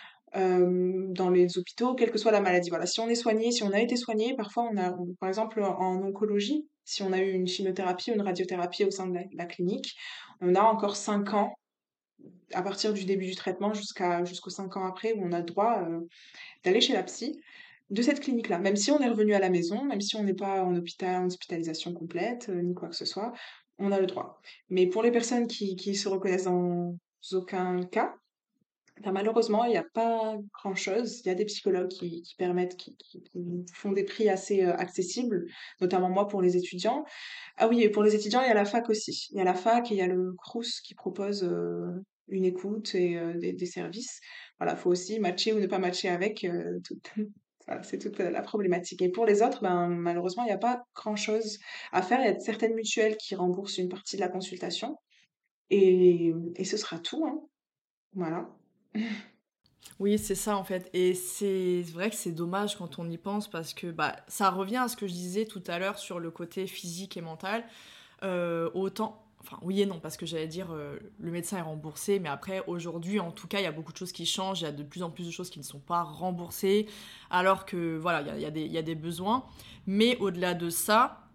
dans les hôpitaux, quelle que soit la maladie. Voilà, si on est soigné, si on a été soigné, parfois par exemple, en oncologie, si on a eu une chimiothérapie ou une radiothérapie au sein de la clinique, on a encore 5 ans à partir du début du traitement jusqu'aux 5 ans après, où on a le droit, d'aller chez la psy de cette clinique-là. Même si on est revenu à la maison, même si on n'est pas en hospitalisation complète, ni quoi que ce soit, on a le droit. Mais pour les personnes qui se reconnaissent dans aucun cas, bah, malheureusement, il n'y a pas grand-chose. Il y a des psychologues qui permettent, qui font des prix assez, accessibles, notamment moi pour les étudiants. Ah oui, et pour les étudiants, il y a la fac aussi. Il y a la fac et il y a le Crous qui propose une écoute et des services. Voilà, faut aussi matcher ou ne pas matcher avec. Voilà, c'est toute la problématique. Et pour les autres, ben, malheureusement, il n'y a pas grand-chose à faire. Il y a certaines mutuelles qui remboursent une partie de la consultation. Et ce sera tout, hein. Voilà. Oui, c'est ça en fait. Et c'est vrai que c'est dommage quand on y pense parce que bah, ça revient à ce que je disais tout à l'heure sur le côté physique et mental. Autant, enfin oui et non, parce que j'allais dire le médecin est remboursé, mais après aujourd'hui en tout cas il y a beaucoup de choses qui changent, il y a de plus en plus de choses qui ne sont pas remboursées, alors que voilà, il y a des besoins. Mais au-delà de ça,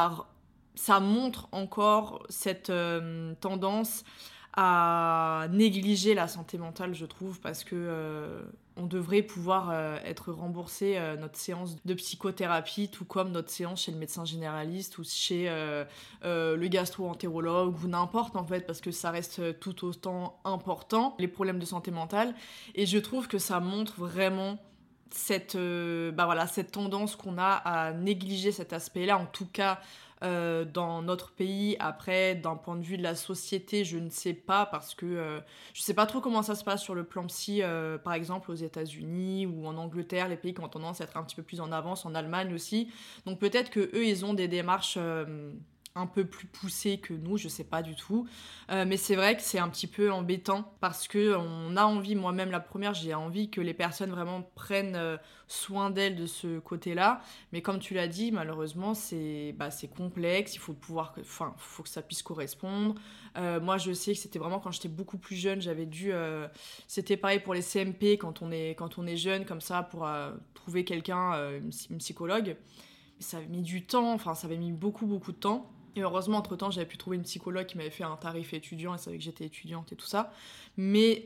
ça montre encore cette tendance à négliger la santé mentale, je trouve, parce que on devrait pouvoir être remboursé notre séance de psychothérapie, tout comme notre séance chez le médecin généraliste ou chez le gastro-entérologue ou n'importe en fait, parce que ça reste tout autant important, les problèmes de santé mentale. Et je trouve que ça montre vraiment bah voilà, cette tendance qu'on a à négliger cet aspect-là, en tout cas dans notre pays. Après, d'un point de vue de la société, je ne sais pas, parce que je sais pas trop comment ça se passe sur le plan psy, par exemple aux États-Unis ou en Angleterre, les pays qui ont tendance à être un petit peu plus en avance, en Allemagne aussi. Donc peut-être que eux, ils ont des démarches un peu plus poussées que nous, je sais pas du tout. Mais c'est vrai que c'est un petit peu embêtant parce que on a envie, moi-même la première, j'ai envie que les personnes vraiment prennent soin d'elles de ce côté-là. Mais comme tu l'as dit, malheureusement, c'est complexe. Il faut faut que ça puisse correspondre. Moi, je sais que c'était vraiment quand j'étais beaucoup plus jeune, j'avais dû. C'était pareil pour les CMP quand on est jeune, comme ça, pour trouver quelqu'un, une psychologue. Mais ça avait mis du temps. Enfin, ça avait mis beaucoup, beaucoup de temps. Et heureusement, entre-temps, j'avais pu trouver une psychologue qui m'avait fait un tarif étudiant. Elle savait que j'étais étudiante et tout ça. Mais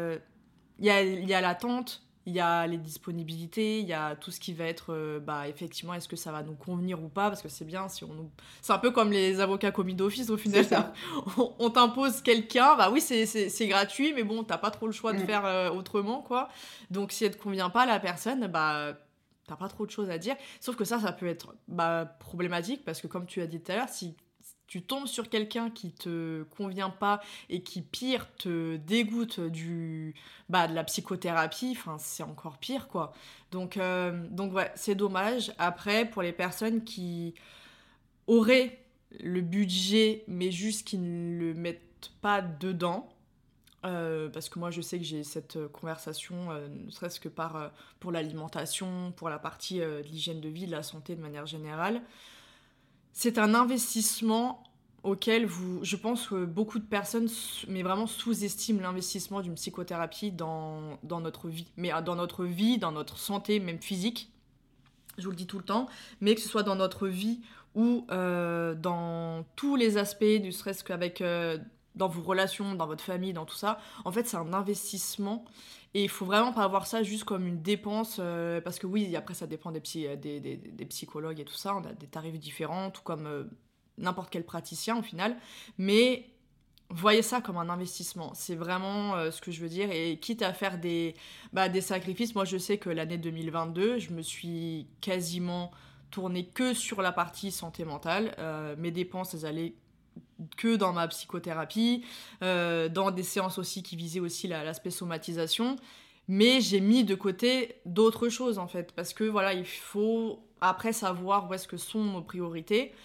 il y a l'attente, il y a les disponibilités, il y a tout ce qui va être, bah, effectivement, est-ce que ça va nous convenir ou pas, parce que c'est bien si on nous... C'est un peu comme les avocats commis d'office, au C'est final. ça. On t'impose quelqu'un, bah oui, c'est gratuit, mais bon, t'as pas trop le choix de Mmh. faire autrement, quoi. Donc, si elle te convient pas, la personne, bah... T'as pas trop de choses à dire. Sauf que ça peut être bah, problématique, parce que comme tu as dit tout à l'heure, si tu tombes sur quelqu'un qui te convient pas et qui, pire, te dégoûte de la psychothérapie, enfin, c'est encore pire, quoi. Donc ouais, c'est dommage. Après, pour les personnes qui auraient le budget, mais juste qu'ils ne le mettent pas dedans. Parce que moi, je sais que j'ai cette conversation, ne serait-ce que pour l'alimentation, pour la partie de l'hygiène de vie, de la santé de manière générale. C'est un investissement auquel je pense que beaucoup de personnes, mais vraiment sous-estiment l'investissement d'une psychothérapie dans notre vie. Mais dans notre vie, dans notre santé, même physique, je vous le dis tout le temps, mais que ce soit dans notre vie ou dans tous les aspects, ne serait-ce qu'avec dans vos relations, dans votre famille, dans tout ça, en fait, c'est un investissement. Et il faut vraiment pas voir ça juste comme une dépense, parce que oui, après, ça dépend des psychologues et tout ça, on a des tarifs différents, tout comme n'importe quel praticien au final, mais voyez ça comme un investissement, c'est vraiment ce que je veux dire, et quitte à faire des sacrifices, moi je sais que l'année 2022, je me suis quasiment tournée que sur la partie santé mentale, mes dépenses elles allaient que dans ma psychothérapie, dans des séances aussi qui visaient aussi l'aspect somatisation, mais j'ai mis de côté d'autres choses en fait, parce que voilà, il faut après savoir où est-ce que sont nos priorités,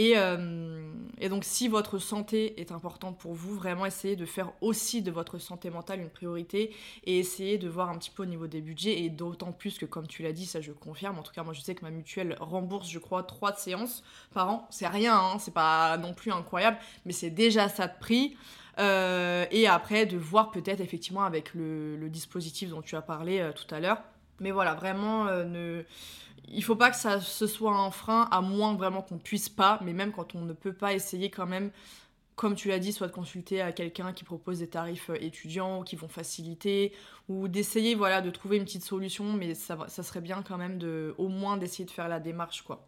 et donc si votre santé est importante pour vous, vraiment essayez de faire aussi de votre santé mentale une priorité, et essayez de voir un petit peu au niveau des budgets, et d'autant plus que comme tu l'as dit, ça je confirme, en tout cas moi je sais que ma mutuelle rembourse je crois 3 séances par an, c'est rien, hein, c'est pas non plus incroyable, mais c'est déjà ça de prix. Et après, de voir peut-être effectivement avec le dispositif dont tu as parlé tout à l'heure. Mais voilà, vraiment, il faut pas que ça ce soit un frein, à moins vraiment qu'on puisse pas, mais même quand on ne peut pas, essayer quand même, comme tu l'as dit, soit de consulter à quelqu'un qui propose des tarifs étudiants ou qui vont faciliter, ou d'essayer voilà, de trouver une petite solution, mais ça serait bien quand même au moins d'essayer de faire la démarche, quoi.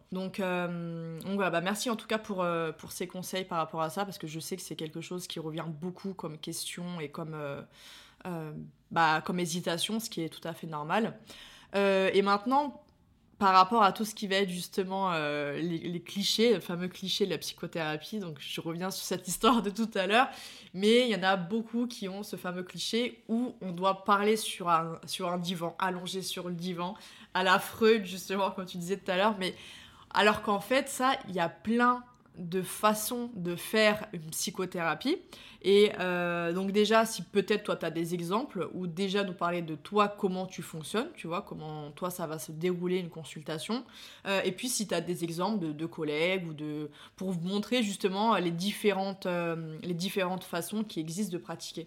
Donc voilà, bah merci en tout cas pour ces conseils par rapport à ça, parce que je sais que c'est quelque chose qui revient beaucoup comme question et euh, comme hésitation, ce qui est tout à fait normal. Et maintenant, par rapport à tout ce qui va être justement les clichés, le fameux cliché de la psychothérapie, donc je reviens sur cette histoire de tout à l'heure, mais il y en a beaucoup qui ont ce fameux cliché où on doit parler sur un divan, allongé sur le divan, à la Freud justement, comme tu disais tout à l'heure, mais alors qu'en fait, ça, il y a plein de façons de faire une psychothérapie. Et donc déjà, si peut-être toi, tu as des exemples, ou déjà nous parler de toi, comment tu fonctionnes, tu vois, comment toi, ça va se dérouler une consultation. Et puis si tu as des exemples de collègues, pour vous montrer justement les différentes façons qui existent de pratiquer.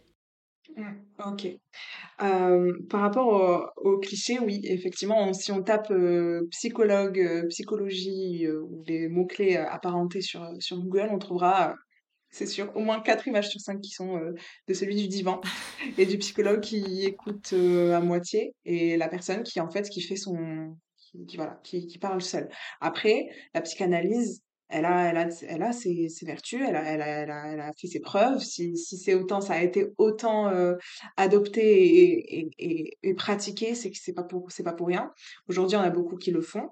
Ok. Par rapport au cliché, oui, effectivement, si on tape psychologue, psychologie ou les mots-clés apparentés sur Google, on trouvera, c'est sûr, au moins 4 images sur 5 qui sont de celui du divan et du psychologue qui écoute à moitié et la personne qui, en fait, qui fait voilà, qui parle seule. Après, la psychanalyse, elle a ses vertus, elle a fait ses preuves. Si ça a été autant adopté et pratiqué, c'est que c'est pas pour rien. Aujourd'hui, on a beaucoup qui le font.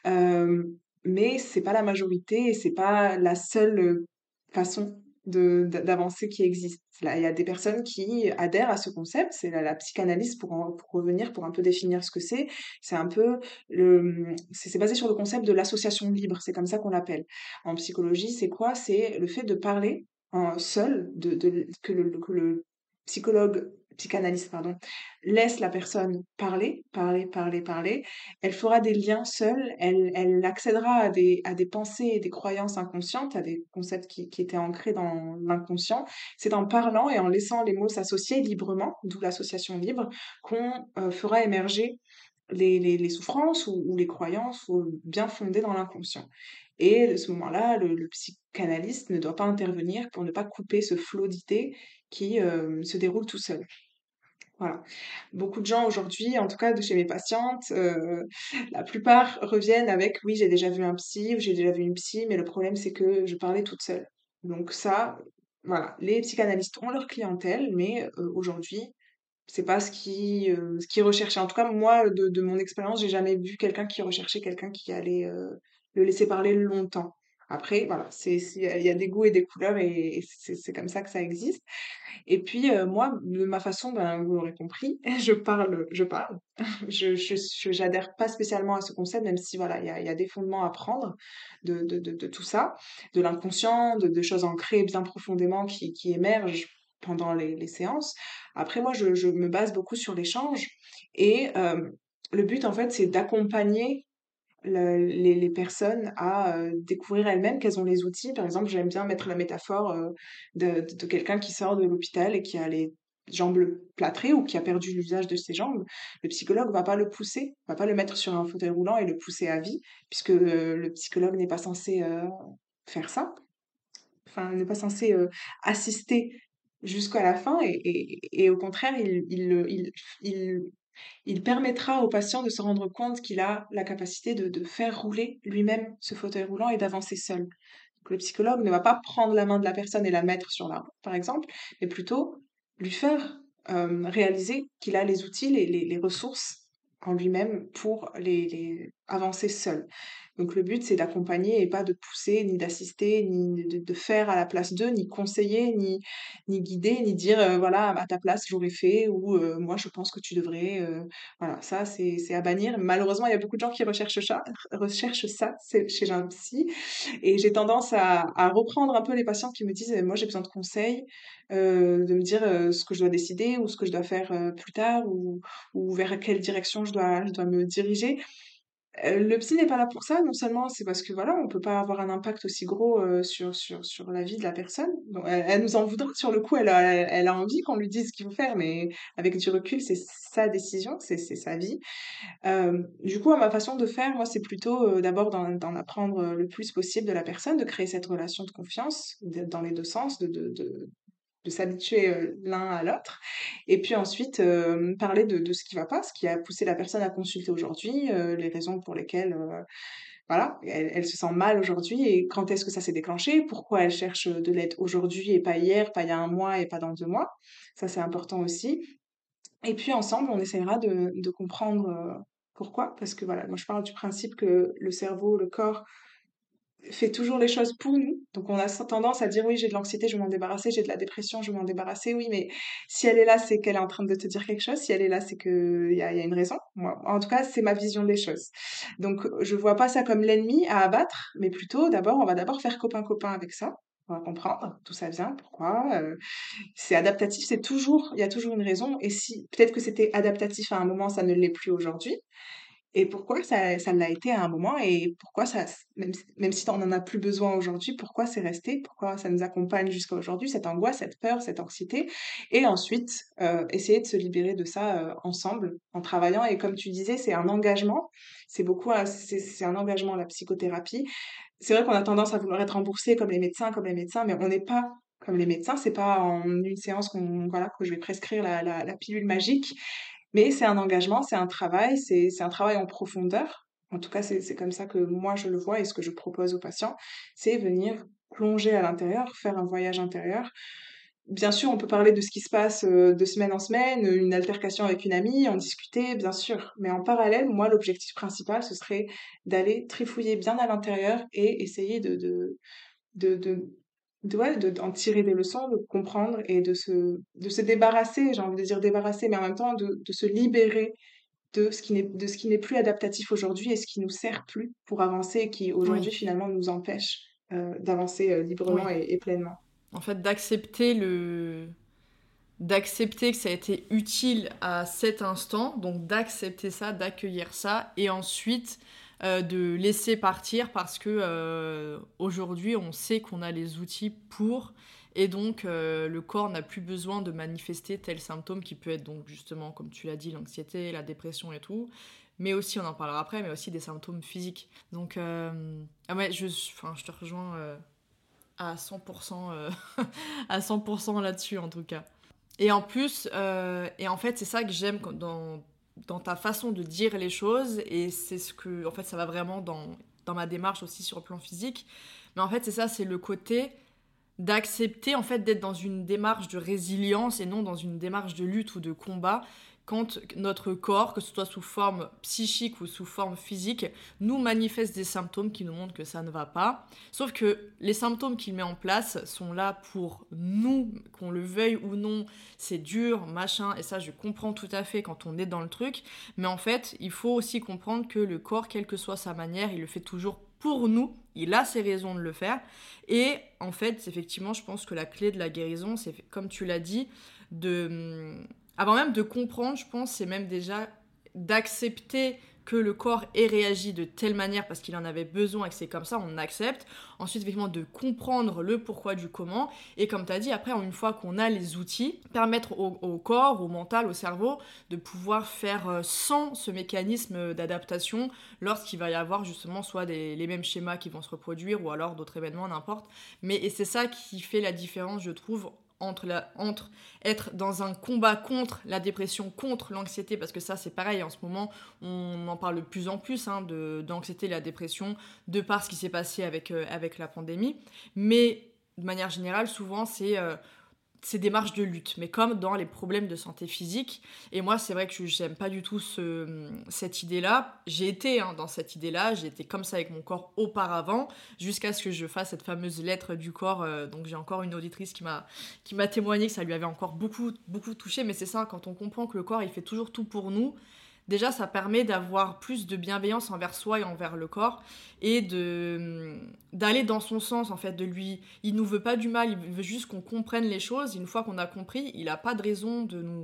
Mais c'est pas la majorité et c'est pas la seule façon d'avancer qui existe. Là, il y a des personnes qui adhèrent à ce concept, c'est la psychanalyse pour revenir, pour un peu définir ce que c'est. C'est un peu c'est basé sur le concept de l'association libre, c'est comme ça qu'on l'appelle. En psychologie, c'est quoi? C'est le fait de parler seul, que le psychologue, psychanalyste, pardon, laisse la personne parler, parler, parler, parler. Elle fera des liens seule, elle accédera à des pensées et des croyances inconscientes, à des concepts qui étaient ancrés dans l'inconscient. C'est en parlant et en laissant les mots s'associer librement, d'où l'association libre, qu'on fera émerger les souffrances ou les croyances bien fondées dans l'inconscient. Et à ce moment-là, le psychanalyste ne doit pas intervenir pour ne pas couper ce flot d'idées qui se déroule tout seul. Voilà. Beaucoup de gens aujourd'hui, en tout cas de chez mes patientes, la plupart reviennent avec: «Oui, j'ai déjà vu un psy» ou «J'ai déjà vu une psy, mais le problème c'est que je parlais toute seule». Donc ça, voilà, les psychanalystes ont leur clientèle, mais aujourd'hui, c'est pas ce qui est recherché. En tout cas, moi, de mon expérience, j'ai jamais vu quelqu'un qui recherchait quelqu'un qui allait le laisser parler longtemps. Après, voilà, il y a des goûts et des couleurs et c'est comme ça que ça existe. Et puis, moi, de ma façon, ben, vous l'aurez compris, je parle. J'adhère pas spécialement à ce concept, même si, voilà, il y a des fondements à prendre de tout ça, de l'inconscient, de choses ancrées bien profondément qui émergent pendant les séances. Après, moi, je me base beaucoup sur l'échange et le but, en fait, c'est d'accompagner les personnes à découvrir elles-mêmes quels ont les outils. Par exemple, j'aime bien mettre la métaphore de quelqu'un qui sort de l'hôpital et qui a les jambes plâtrées ou qui a perdu l'usage de ses jambes. Le psychologue va pas le pousser, va pas le mettre sur un fauteuil roulant et le pousser à vie, puisque le psychologue n'est pas censé faire ça. Enfin, n'est pas censé assister jusqu'à la fin et au contraire, il permettra au patient de se rendre compte qu'il a la capacité de faire rouler lui-même ce fauteuil roulant et d'avancer seul. Donc, le psychologue ne va pas prendre la main de la personne et la mettre sur la route, par exemple, mais plutôt lui faire réaliser qu'il a les outils, les ressources en lui-même pour les avancer seul. Donc le but, c'est d'accompagner et pas de pousser, ni d'assister, ni de faire à la place d'eux, ni conseiller, ni guider, ni dire voilà, à ta place, j'aurais fait, ou moi, je pense que tu devrais. Voilà, ça, c'est à bannir. Malheureusement, il y a beaucoup de gens qui recherchent ça chez un psy. Et j'ai tendance à reprendre un peu les patients qui me disent moi, j'ai besoin de conseils, de me dire ce que je dois décider ou ce que je dois faire plus tard ou vers quelle direction je dois me diriger. Le psy n'est pas là pour ça, non seulement c'est parce que voilà, on peut pas avoir un impact aussi gros, sur la vie de la personne. Donc elle nous en voudra sur le coup, elle a envie qu'on lui dise ce qu'il faut faire, mais avec du recul, c'est sa décision, c'est sa vie. Du coup, à ma façon de faire, moi, c'est plutôt, d'abord d'en apprendre, le plus possible de la personne, de créer cette relation de confiance dans les 2 sens, de s'habituer, l'un à l'autre et puis ensuite, parler de ce qui va pas, ce qui a poussé la personne à consulter aujourd'hui, les raisons pour lesquelles, voilà, elle se sent mal aujourd'hui et quand est-ce que ça s'est déclenché? Pourquoi elle cherche, de l'aide aujourd'hui et pas hier, pas il y a 1 mois et pas dans 2 mois? Ça, c'est important aussi et puis ensemble, on essaiera de comprendre, pourquoi. Parce que voilà, moi je parle du principe que le cerveau, le corps fait toujours les choses pour nous. Donc on a tendance à dire oui, j'ai de l'anxiété, je vais m'en débarrasser, j'ai de la dépression, je vais m'en débarrasser. Oui, mais si elle est là, c'est qu'elle est en train de te dire quelque chose. Si elle est là, c'est qu'il y a une raison. Moi, en tout cas, c'est ma vision des choses. Donc je vois pas ça comme l'ennemi à abattre, mais plutôt d'abord, on va d'abord faire copain-copain avec ça. On va comprendre d'où ça vient, pourquoi. C'est adaptatif, il y a toujours une raison. Et si peut-être que c'était adaptatif à un moment, ça ne l'est plus aujourd'hui. Et pourquoi ça l'a été à un moment et pourquoi même si on n'en a plus besoin aujourd'hui, pourquoi c'est resté? Pourquoi ça nous accompagne jusqu'à aujourd'hui, cette angoisse, cette peur, cette anxiété? Et ensuite, essayer de se libérer de ça, ensemble, en travaillant et comme tu disais, c'est un engagement. C'est un engagement, la psychothérapie. C'est vrai qu'on a tendance à vouloir être remboursé comme les médecins, mais on n'est pas comme les médecins. C'est pas en une séance voilà, que je vais prescrire la pilule magique. Mais c'est un engagement, c'est un travail, c'est un travail en profondeur. En tout cas, c'est comme ça que moi je le vois et ce que je propose aux patients, c'est venir plonger à l'intérieur, faire un voyage intérieur. Bien sûr, on peut parler de ce qui se passe de semaine en semaine, une altercation avec une amie, en discuter, bien sûr. Mais en parallèle, moi, l'objectif principal, ce serait d'aller trifouiller bien à l'intérieur et essayer de, ouais, d'en tirer des leçons, de comprendre et de se débarrasser, j'ai envie de dire débarrasser, mais en même temps de se libérer de ce qui n'est plus adaptatif aujourd'hui et ce qui nous sert plus pour avancer et qui Oui, aujourd'hui finalement nous empêche d'avancer librement oui. et pleinement. En fait, d'accepter que ça a été utile à cet instant, donc d'accepter ça, d'accueillir ça, et ensuite de laisser partir parce que aujourd'hui on sait qu'on a les outils pour, et donc le corps n'a plus besoin de manifester tel symptôme qui peut être donc justement, comme tu l'as dit, l'anxiété, la dépression et tout, mais aussi, on en parlera après, mais aussi des symptômes physiques. Donc, ah ouais, je te rejoins à 100%, à 100% là-dessus en tout cas. Et en plus, et en fait, c'est ça que j'aime dans ta façon de dire les choses, et c'est ce que, en fait, ça va vraiment dans ma démarche aussi sur le plan physique. Mais en fait, c'est ça, c'est le côté d'accepter, en fait, d'être dans une démarche de résilience et non dans une démarche de lutte ou de combat, quand notre corps, que ce soit sous forme psychique ou sous forme physique, nous manifeste des symptômes qui nous montrent que ça ne va pas. Sauf que les symptômes qu'il met en place sont là pour nous, qu'on le veuille ou non, c'est dur, machin, et ça je comprends tout à fait quand on est dans le truc, mais en fait, il faut aussi comprendre que le corps, quelle que soit sa manière, il le fait toujours pour nous, il a ses raisons de le faire, et en fait, effectivement, je pense que la clé de la guérison, c'est, comme tu l'as dit, avant même de comprendre, je pense, c'est même déjà d'accepter que le corps ait réagi de telle manière parce qu'il en avait besoin et que c'est comme ça, on accepte. Ensuite, effectivement, de comprendre le pourquoi du comment. Et comme tu as dit, après, une fois qu'on a les outils, permettre au corps, au mental, au cerveau, de pouvoir faire sans ce mécanisme d'adaptation lorsqu'il va y avoir justement soit les mêmes schémas qui vont se reproduire ou alors d'autres événements, n'importe. Et c'est ça qui fait la différence, je trouve, entre être dans un combat contre la dépression, contre l'anxiété, parce que ça c'est pareil, en ce moment on en parle de plus en plus d'anxiété et la dépression, de par ce qui s'est passé avec la pandémie, mais de manière générale souvent c'est des marches de lutte, mais comme dans les problèmes de santé physique. Et moi, c'est vrai que j'aime pas du tout cette idée-là. J'ai été dans cette idée-là, j'ai été comme ça avec mon corps auparavant, jusqu'à ce que je fasse cette fameuse lettre du corps. Donc j'ai encore une auditrice qui m'a témoigné que ça lui avait encore beaucoup, beaucoup touché. Mais c'est ça, quand on comprend que le corps, il fait toujours tout pour nous, déjà, ça permet d'avoir plus de bienveillance envers soi et envers le corps et d'aller dans son sens, en fait, de lui. Il nous veut pas du mal, il veut juste qu'on comprenne les choses. Une fois qu'on a compris, il a pas de raison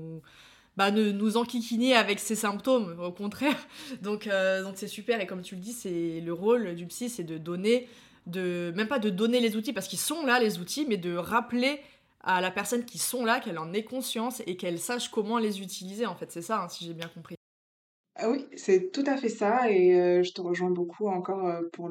de nous enquiquiner avec ses symptômes, au contraire. Donc c'est super. Et comme tu le dis, c'est le rôle du psy, c'est de donner, même pas de donner les outils, parce qu'ils sont là, les outils, mais de rappeler à la personne qui sont là, qu'elle en ait conscience et qu'elle sache comment les utiliser, en fait. C'est ça, si j'ai bien compris. Ah oui, c'est tout à fait ça et je te rejoins beaucoup encore, pour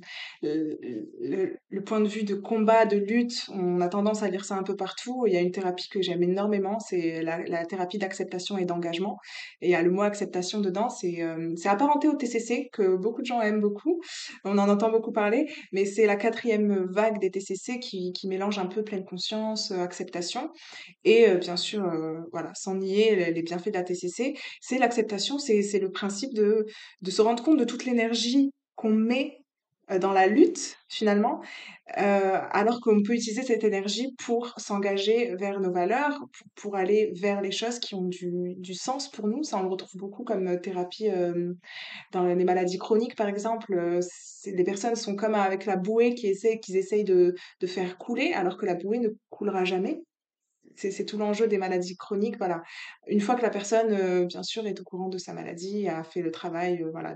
le point de vue de combat, de lutte. On a tendance à lire ça un peu partout. Il y a une thérapie que j'aime énormément, c'est la thérapie d'acceptation et d'engagement et il y a le mot acceptation dedans. C'est apparenté au TCC que beaucoup de gens aiment beaucoup. On en entend beaucoup parler, mais c'est la 4e vague des TCC qui mélange un peu pleine conscience, acceptation et bien sûr, voilà, sans nier les bienfaits de la TCC, c'est l'acceptation, c'est le principe de se rendre compte de toute l'énergie qu'on met dans la lutte finalement, alors qu'on peut utiliser cette énergie pour s'engager vers nos valeurs, pour aller vers les choses qui ont du sens pour nous. Ça, on le retrouve beaucoup comme thérapie dans les maladies chroniques, par exemple. Les personnes sont comme avec la bouée qu'ils essayent de faire couler, alors que la bouée ne coulera jamais. C'est tout l'enjeu des maladies chroniques, voilà. Une fois que la personne, bien sûr, est au courant de sa maladie, a fait le travail, voilà,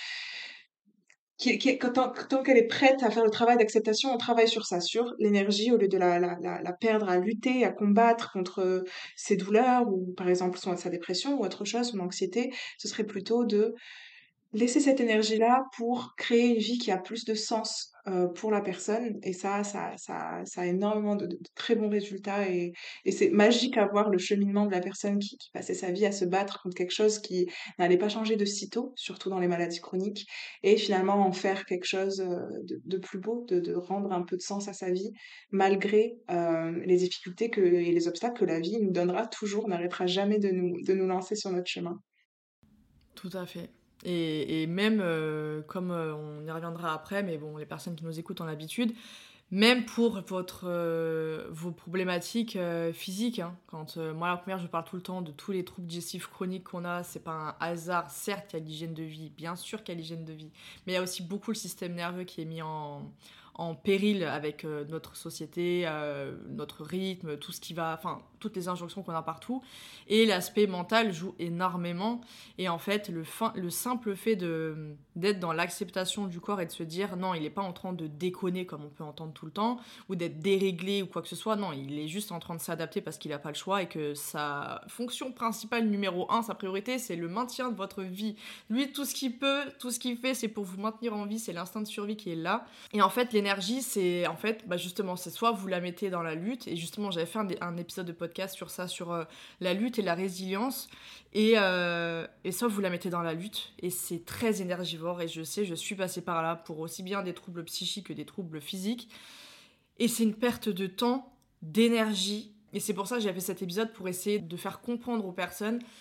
tant qu'elle est prête à faire le travail d'acceptation, on travaille sur ça, sur l'énergie, au lieu de la perdre à lutter, à combattre contre ses douleurs ou, par exemple, sa dépression ou autre chose, son anxiété. Ce serait plutôt de laisser cette énergie-là pour créer une vie qui a plus de sens pour la personne. Et ça a énormément de très bons résultats. Et c'est magique à voir le cheminement de la personne qui passait sa vie à se battre contre quelque chose qui n'allait pas changer de sitôt, surtout dans les maladies chroniques, et finalement en faire quelque chose de plus beau, de rendre un peu de sens à sa vie, malgré les difficultés et les obstacles que la vie nous donnera toujours, n'arrêtera jamais de nous lancer sur notre chemin. Tout à fait. Et même, comme on y reviendra après, mais bon, les personnes qui nous écoutent ont l'habitude, même pour vos problématiques physiques, hein. Quand moi, la première, je parle tout le temps de tous les troubles digestifs chroniques qu'on a, c'est pas un hasard. Certes, il y a l'hygiène de vie, bien sûr qu'il y a l'hygiène de vie, mais il y a aussi beaucoup le système nerveux qui est mis en péril avec notre société, notre rythme, tout ce qui va, enfin, toutes les injonctions qu'on a partout. Et l'aspect mental joue énormément. Et en fait, le simple fait d'être dans l'acceptation du corps et de se dire non, il n'est pas en train de déconner comme on peut entendre tout le temps, ou d'être déréglé ou quoi que ce soit. Non, il est juste en train de s'adapter parce qu'il n'a pas le choix et que sa fonction principale numéro 1, sa priorité, c'est le maintien de votre vie. Lui, tout ce qu'il peut, tout ce qu'il fait, c'est pour vous maintenir en vie, c'est l'instinct de survie qui est là. Et en fait, l'énergie, c'est en fait, justement, c'est soit vous la mettez dans la lutte, et justement, j'avais fait un épisode de podcast sur ça, sur la lutte et la résilience, et soit vous la mettez dans la lutte, et c'est très énergivore, et je sais, je suis passée par là pour aussi bien des troubles psychiques que des troubles physiques, et c'est une perte de temps, d'énergie, et c'est pour ça que j'ai fait cet épisode, pour essayer de faire comprendre aux personnes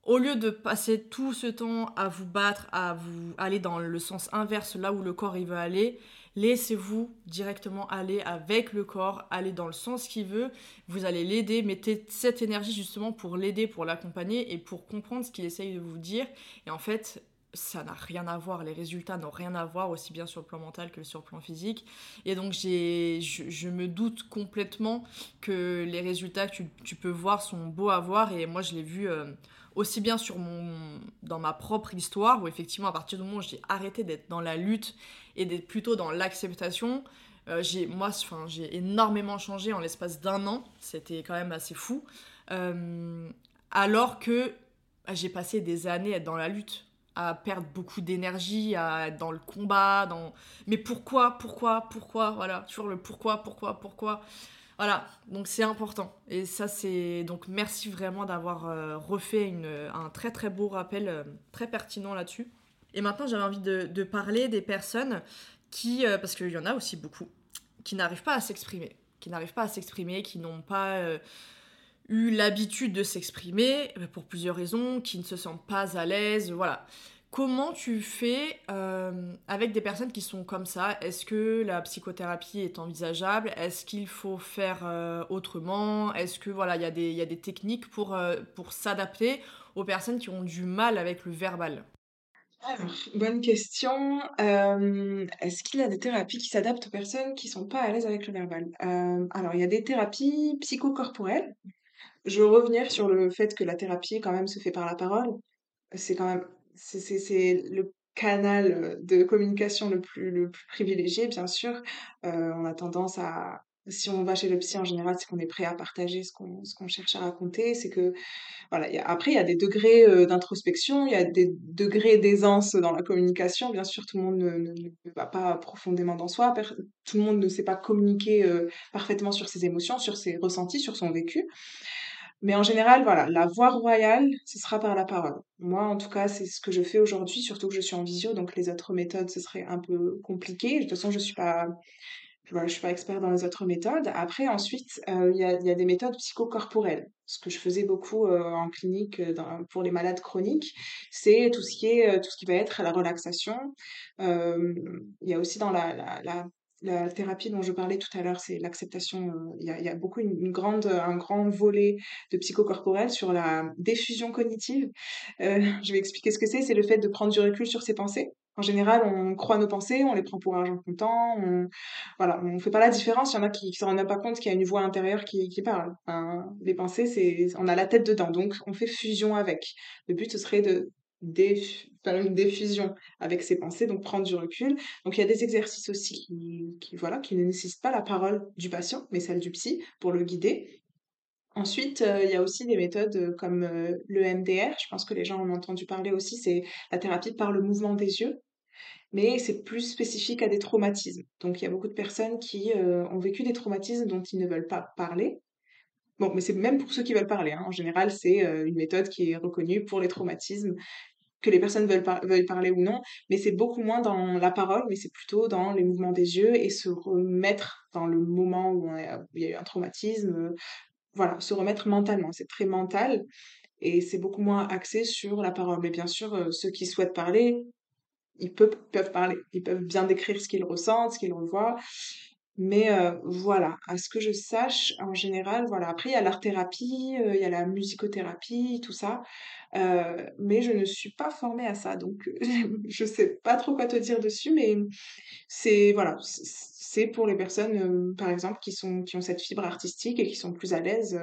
au lieu de passer tout ce temps à vous battre, à vous aller dans le sens inverse, là où le corps il veut aller, laissez-vous directement aller avec le corps, aller dans le sens qu'il veut. Vous allez l'aider, mettez cette énergie justement pour l'aider, pour l'accompagner et pour comprendre ce qu'il essaye de vous dire. Et en fait, ça n'a rien à voir, les résultats n'ont rien à voir, aussi bien sur le plan mental que sur le plan physique. Et donc je me doute complètement que les résultats que tu peux voir sont beaux à voir. Et moi je l'ai vu aussi bien dans ma propre histoire, où effectivement à partir du moment où j'ai arrêté d'être dans la lutte et d'être plutôt dans l'acceptation, j'ai énormément changé en l'espace d'un an. C'était quand même assez fou. Euh, alors que j'ai passé des années à être dans la lutte, à perdre beaucoup d'énergie, à être dans le combat, mais pourquoi, voilà, toujours le pourquoi. Voilà, donc c'est important. Et ça, c'est... Donc merci vraiment d'avoir refait un très très beau rappel, très pertinent là-dessus. Et maintenant, j'avais envie de parler des personnes parce qu'il y en a aussi beaucoup, qui n'arrivent pas à s'exprimer. Qui n'ont pas eu l'habitude de s'exprimer, pour plusieurs raisons, qui ne se sentent pas à l'aise, voilà. Comment tu fais avec des personnes qui sont comme ça? Est-ce que la psychothérapie est envisageable? Est-ce qu'il faut faire autrement? Est-ce que voilà, il y a des techniques pour s'adapter aux personnes qui ont du mal avec le verbal? Alors, bonne question. Est-ce qu'il y a des thérapies qui s'adaptent aux personnes qui sont pas à l'aise avec le verbal? Alors, il y a des thérapies psychocorporelles. Je veux revenir sur le fait que la thérapie, quand même, se fait par la parole. C'est quand même, c'est le canal de communication le plus privilégié, bien sûr. On a tendance à, si on va chez le psy en général, c'est qu'on est prêt à partager ce qu'on cherche à raconter. C'est que voilà, après, il y a des degrés d'introspection, il y a des degrés d'aisance dans la communication. Bien sûr, tout le monde ne va pas profondément dans soi, tout le monde ne sait pas communiquer parfaitement sur ses émotions, sur ses ressentis, sur son vécu. Mais en général, voilà, la voie royale, ce sera par la parole. Moi, en tout cas, c'est ce que je fais aujourd'hui, surtout que je suis en visio, donc les autres méthodes, ce serait un peu compliqué. De toute façon, voilà, je suis pas expert dans les autres méthodes. Après, ensuite, il y a des méthodes psychocorporelles. Ce que je faisais beaucoup en clinique pour les malades chroniques, c'est tout ce qui va être la relaxation. Euh, il y a aussi dans la thérapie dont je parlais tout à l'heure, c'est l'acceptation. Il y a beaucoup un grand volet de psychocorporel sur la diffusion cognitive. Je vais expliquer ce que c'est. C'est le fait de prendre du recul sur ses pensées. En général, on croit nos pensées, on les prend pour argent comptant, voilà, on fait pas la différence. Il y en a qui se rendent même pas compte qu'il y a une voix intérieure qui parle. Enfin, les pensées, on a la tête dedans, donc on fait fusion avec. Le but, ce serait de faire une diffusion avec ses pensées, donc prendre du recul. Donc il y a des exercices aussi voilà, qui ne nécessitent pas la parole du patient, mais celle du psy pour le guider. Ensuite, il y a aussi des méthodes comme le MDR. Je pense que les gens en ont entendu parler aussi. C'est la thérapie par le mouvement des yeux, mais c'est plus spécifique à des traumatismes. Donc il y a beaucoup de personnes qui ont vécu des traumatismes dont ils ne veulent pas parler. Bon, mais c'est même pour ceux qui veulent parler, hein. En général, c'est une méthode qui est reconnue pour les traumatismes, que les personnes veuillent parler ou non, mais c'est beaucoup moins dans la parole, mais c'est plutôt dans les mouvements des yeux et se remettre dans le moment où il y a eu un traumatisme. Voilà, se remettre mentalement. C'est très mental et c'est beaucoup moins axé sur la parole. Mais bien sûr, ceux qui souhaitent parler, ils peuvent parler. Ils peuvent bien décrire ce qu'ils ressentent, ce qu'ils revoient. Mais voilà, à ce que je sache, en général, voilà. Après, il y a l'art-thérapie, il y a la musicothérapie, tout ça. Mais je ne suis pas formée à ça, donc je sais pas trop quoi te dire dessus, mais voilà, c'est pour les personnes, par exemple, qui ont cette fibre artistique et qui sont plus à l'aise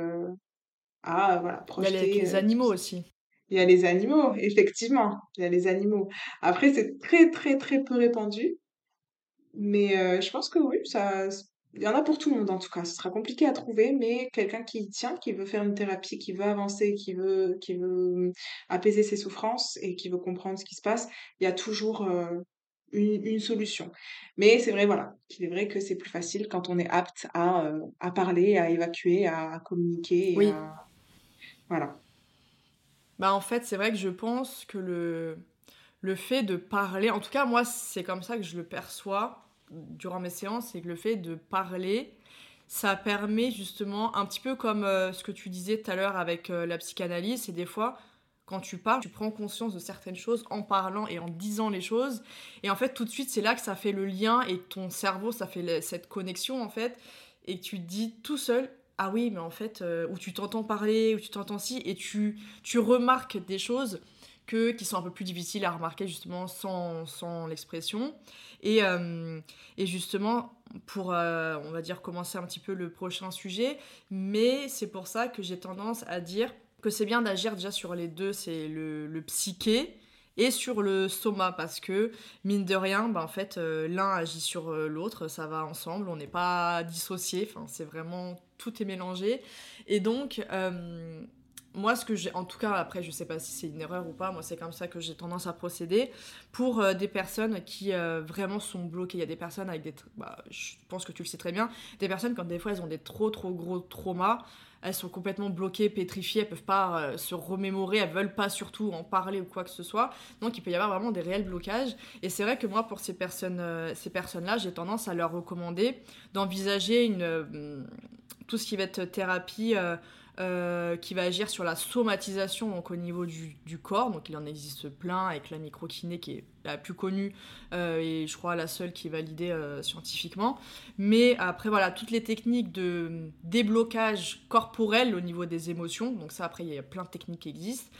à voilà, Il y a avec projeter. les animaux aussi. Il y a les animaux, effectivement, il y a les animaux. Après, c'est très très très peu répandu. Mais je pense que oui, il y en a pour tout le monde en tout cas. Ce sera compliqué à trouver, mais quelqu'un qui y tient, qui veut faire une thérapie, qui veut avancer, qui veut apaiser ses souffrances et qui veut comprendre ce qui se passe, il y a toujours une solution. Mais c'est vrai, voilà, qu'il est vrai que c'est plus facile quand on est apte à parler, à évacuer, à communiquer et Oui. à... Voilà. Bah en fait, c'est vrai que je pense que le fait de parler, en tout cas moi c'est comme ça que je le perçois durant mes séances, c'est que le fait de parler, ça permet justement, un petit peu comme ce que tu disais tout à l'heure avec la psychanalyse, c'est des fois quand tu parles, tu prends conscience de certaines choses en parlant et en disant les choses. Et en fait, tout de suite, c'est là que ça fait le lien et ton cerveau, ça fait cette connexion, en fait. Et que tu te dis tout seul, ah oui, mais en fait, ou tu t'entends parler, ou tu t'entends si, et tu remarques des choses qui sont un peu plus difficiles à remarquer, justement, sans l'expression. Et, euh, et justement, pour, on va dire, commencer un petit peu le prochain sujet, mais c'est pour ça que j'ai tendance à dire que c'est bien d'agir déjà sur les deux, c'est le psyché et sur le soma, parce que mine de rien, bah, en fait, l'un agit sur l'autre, ça va ensemble, on n'est pas dissociés, enfin, c'est vraiment, tout est mélangé. Et donc, moi, ce que j'ai, en tout cas, après, je sais pas si c'est une erreur ou pas, moi, c'est comme ça que j'ai tendance à procéder. Pour des personnes qui vraiment sont bloquées, il y a des personnes avec je pense que tu le sais très bien, des personnes, quand des fois elles ont des trop gros traumas, elles sont complètement bloquées, pétrifiées, elles peuvent pas se remémorer, elles veulent pas surtout en parler ou quoi que ce soit. Donc il peut y avoir vraiment des réels blocages. Et c'est vrai que moi, pour ces personnes-là, j'ai tendance à leur recommander d'envisager tout ce qui va être thérapie, qui va agir sur la somatisation, donc au niveau du corps. Donc il en existe plein, avec la microkiné qui est la plus connue et je crois la seule qui est validée scientifiquement. Mais après voilà, toutes les techniques de déblocage corporel au niveau des émotions, donc ça après il y a plein de techniques qui existent.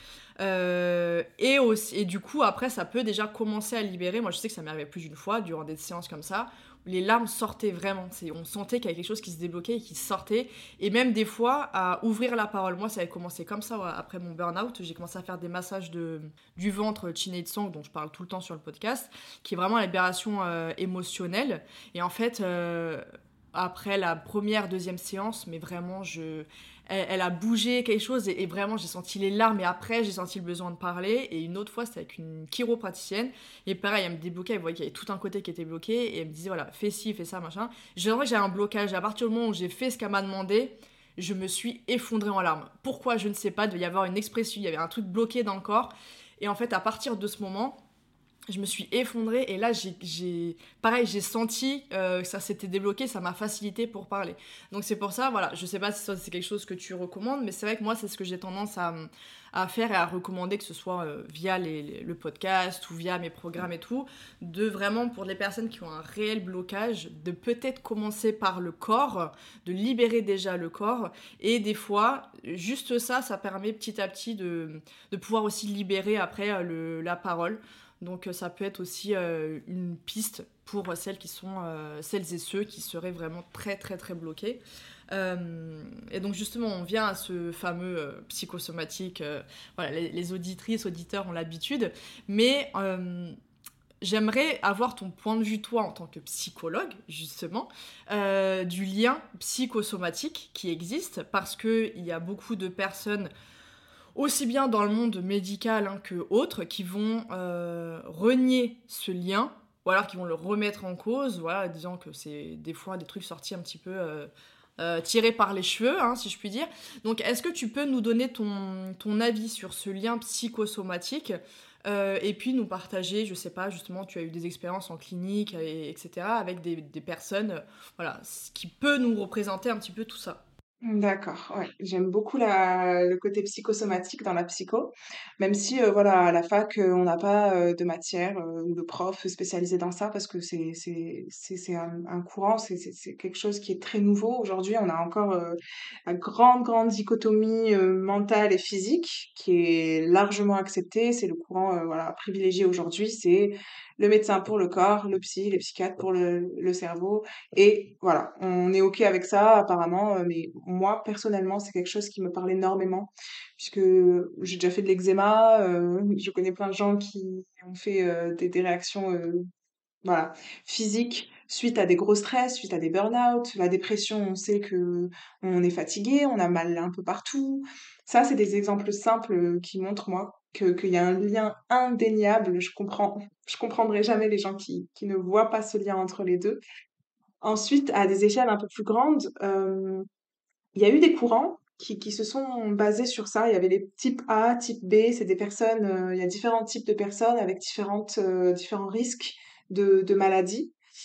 Et du coup après ça peut déjà commencer à libérer. Moi je sais que ça m'est arrivé plus d'une fois durant des séances comme ça, où les larmes sortaient vraiment. On sentait qu'il y avait quelque chose qui se débloquait et qui sortait. Et même des fois, à ouvrir la parole. Moi, ça avait commencé comme ça après mon burn-out. J'ai commencé à faire des massages du ventre, Chin et Tsang, dont je parle tout le temps sur le podcast, qui est vraiment la libération émotionnelle. Et en fait, après la première, deuxième séance, mais vraiment, elle a bougé quelque chose et vraiment j'ai senti les larmes et après j'ai senti le besoin de parler. Et une autre fois c'était avec une chiropraticienne et pareil elle me débloquait, elle voyait qu'il y avait tout un côté qui était bloqué et elle me disait voilà fais ci, fais ça, machin. J'ai l'impression que j'avais un blocage. À partir du moment où j'ai fait ce qu'elle m'a demandé, je me suis effondrée en larmes. Pourquoi je ne sais pas, il devait y avoir une expression, il y avait un truc bloqué dans le corps. Et en fait à partir de ce moment, je me suis effondrée et là pareil j'ai senti que ça s'était débloqué, ça m'a facilité pour parler. Donc c'est pour ça, voilà, je sais pas si c'est quelque chose que tu recommandes, mais c'est vrai que moi c'est ce que j'ai tendance à faire et à recommander, que ce soit via le podcast ou via mes programmes et tout, de vraiment pour les personnes qui ont un réel blocage, de peut-être commencer par le corps, de libérer déjà le corps, et des fois juste ça permet petit à petit de pouvoir aussi libérer après la parole. Donc ça peut être aussi une piste pour celles et ceux qui seraient vraiment très bloqués. Et donc justement, on vient à ce fameux psychosomatique. Voilà, les auditrices, auditeurs ont l'habitude, mais j'aimerais avoir ton point de vue, toi, en tant que psychologue, justement, du lien psychosomatique qui existe, parce qu'il y a beaucoup de personnes aussi bien dans le monde médical que autres, qui vont renier ce lien, ou alors qui vont le remettre en cause, voilà, disant que c'est des fois des trucs sortis un petit peu tirés par les cheveux, si je puis dire. Donc, est-ce que tu peux nous donner ton avis sur ce lien psychosomatique et puis nous partager, je sais pas, justement, tu as eu des expériences en clinique, etc., avec des personnes, voilà, ce qui peut nous représenter un petit peu tout ça. D'accord, ouais. J'aime beaucoup le côté psychosomatique dans la psycho, même si voilà, à la fac, on n'a pas de matière ou de prof spécialisé dans ça parce que c'est un courant, c'est quelque chose qui est très nouveau. Aujourd'hui, on a encore une grande dichotomie mentale et physique qui est largement acceptée. C'est le courant voilà, privilégié aujourd'hui. C'est le médecin pour le corps, le psy, les psychiatres pour le cerveau. Et voilà, on est OK avec ça apparemment, mais moi personnellement, c'est quelque chose qui me parle énormément puisque j'ai déjà fait de l'eczéma, je connais plein de gens qui ont fait des réactions voilà, physiques suite à des gros stress, suite à des burn-out. La dépression, on sait que on est fatigué, on a mal un peu partout. Ça, c'est des exemples simples qui montrent moi qu'il y a un lien indéniable. Je comprendrai jamais les gens qui ne voient pas ce lien entre les deux. Ensuite, à des échelles un peu plus grandes, il y a eu des courants qui se sont basés sur ça. Il y avait les type A, type B, c'est des personnes, il y a différents types de personnes avec différents risques de maladies.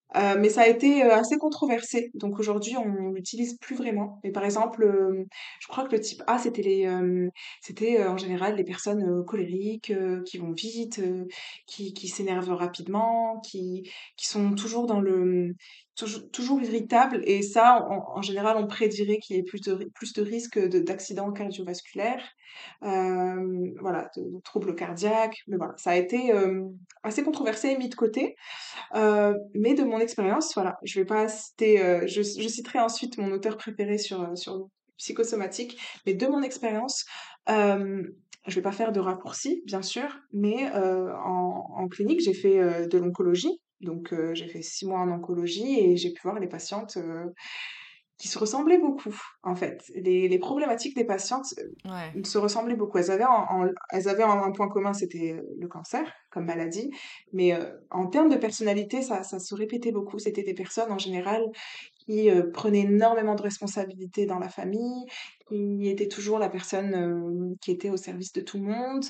Mais ça a été assez controversé. Donc aujourd'hui, on l'utilise plus vraiment. Mais par exemple, je crois que le type A, c'était en général les personnes colériques, qui vont vite, qui s'énervent rapidement, qui sont toujours toujours irritables. Et ça, en général, on prédirait qu'il y ait plus de risques d'accidents cardiovasculaires, voilà, de troubles cardiaques. Mais voilà, ça a été assez controversé et mis de côté. Mais de mon expérience, voilà, je vais pas citer, je citerai ensuite mon auteur préféré sur le psychosomatique, mais de mon expérience, je vais pas faire de raccourci, bien sûr, mais en clinique, j'ai fait de l'oncologie. Donc, j'ai fait 6 mois en oncologie et j'ai pu voir les patientes qui se ressemblaient beaucoup, en fait. Les problématiques des patientes Ouais. se ressemblaient beaucoup. Elles avaient un point commun, c'était le cancer comme maladie, mais en termes de personnalité, ça se répétait beaucoup. C'était des personnes en général qui prenaient énormément de responsabilités dans la famille, qui étaient toujours la personne qui était au service de tout le monde,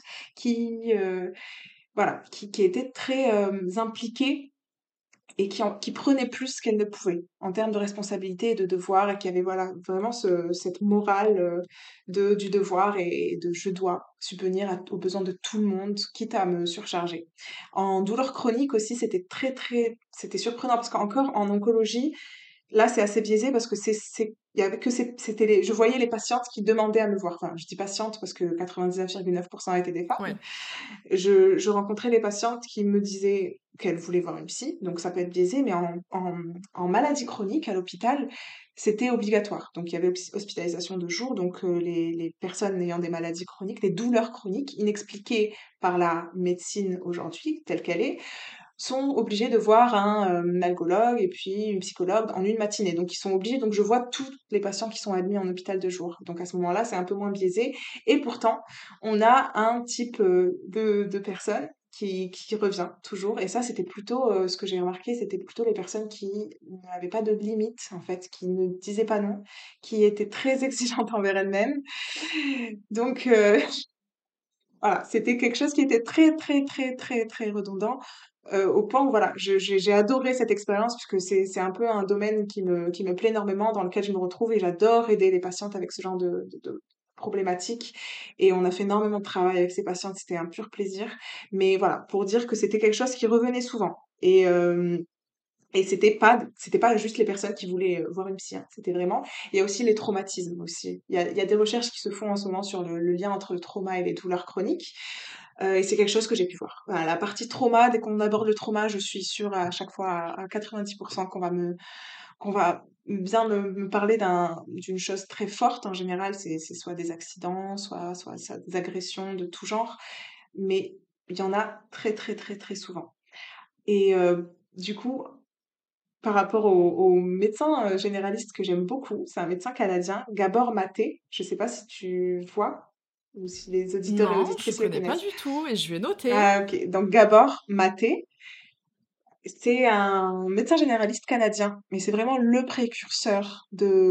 voilà, qui étaient très impliquées et qui prenait plus qu'elle ne pouvait en termes de responsabilité et de devoir et qui avait voilà vraiment cette morale du devoir et de je dois subvenir aux besoins de tout le monde, quitte à me surcharger. En douleur chronique aussi, c'était surprenant parce qu'encore en oncologie, là c'est assez biaisé parce que il y avait que je voyais les patientes qui demandaient à me voir. Enfin, je dis patientes parce que 99,9% étaient des femmes. Ouais. Je rencontrais les patientes qui me disaient qu'elles voulaient voir une psy, donc ça peut être biaisé, mais en maladie chronique à l'hôpital, c'était obligatoire. Donc il y avait hospitalisation de jour, donc les personnes ayant des maladies chroniques, des douleurs chroniques inexpliquées par la médecine aujourd'hui, telle qu'elle est, sont obligées de voir un algologue et puis une psychologue en une matinée. Donc ils sont obligés, donc je vois tous les patients qui sont admis en hôpital de jour. Donc à ce moment-là, c'est un peu moins biaisé. Et pourtant, on a un type de personne qui revient toujours. Et ça, c'était plutôt, ce que j'ai remarqué, c'était plutôt les personnes qui n'avaient pas de limite, en fait, qui ne disaient pas non, qui étaient très exigeantes envers elles-mêmes. Donc, voilà, c'était quelque chose qui était très, très, très, très, très redondant, au point où voilà, j'ai adoré cette expérience puisque c'est un peu un domaine qui me plaît énormément, dans lequel je me retrouve et j'adore aider les patientes avec ce genre de problématiques et on a fait énormément de travail avec ces patientes, c'était un pur plaisir. Mais voilà, pour dire que c'était quelque chose qui revenait souvent et c'était pas juste les personnes qui voulaient voir une psy, hein, c'était vraiment. Il y a aussi les traumatismes aussi. Il y a des recherches qui se font en ce moment sur le lien entre le trauma et les douleurs chroniques. Et c'est quelque chose que j'ai pu voir. Voilà, la partie trauma, dès qu'on aborde le trauma, je suis sûre à chaque fois à 90% qu'on va bien me parler d'une chose très forte. En général, c'est soit des accidents, soit des agressions de tout genre. Mais il y en a très, très, très, très souvent. Et du coup, par rapport au médecin généraliste que j'aime beaucoup, c'est un médecin canadien, Gabor Maté. Je sais pas si tu vois ou si les auditeurs et Non, je auditrices le connais pas connaissent. du tout et je vais noter. Ah, ok. Donc Gabor Maté, c'est un médecin généraliste canadien, mais c'est vraiment le précurseur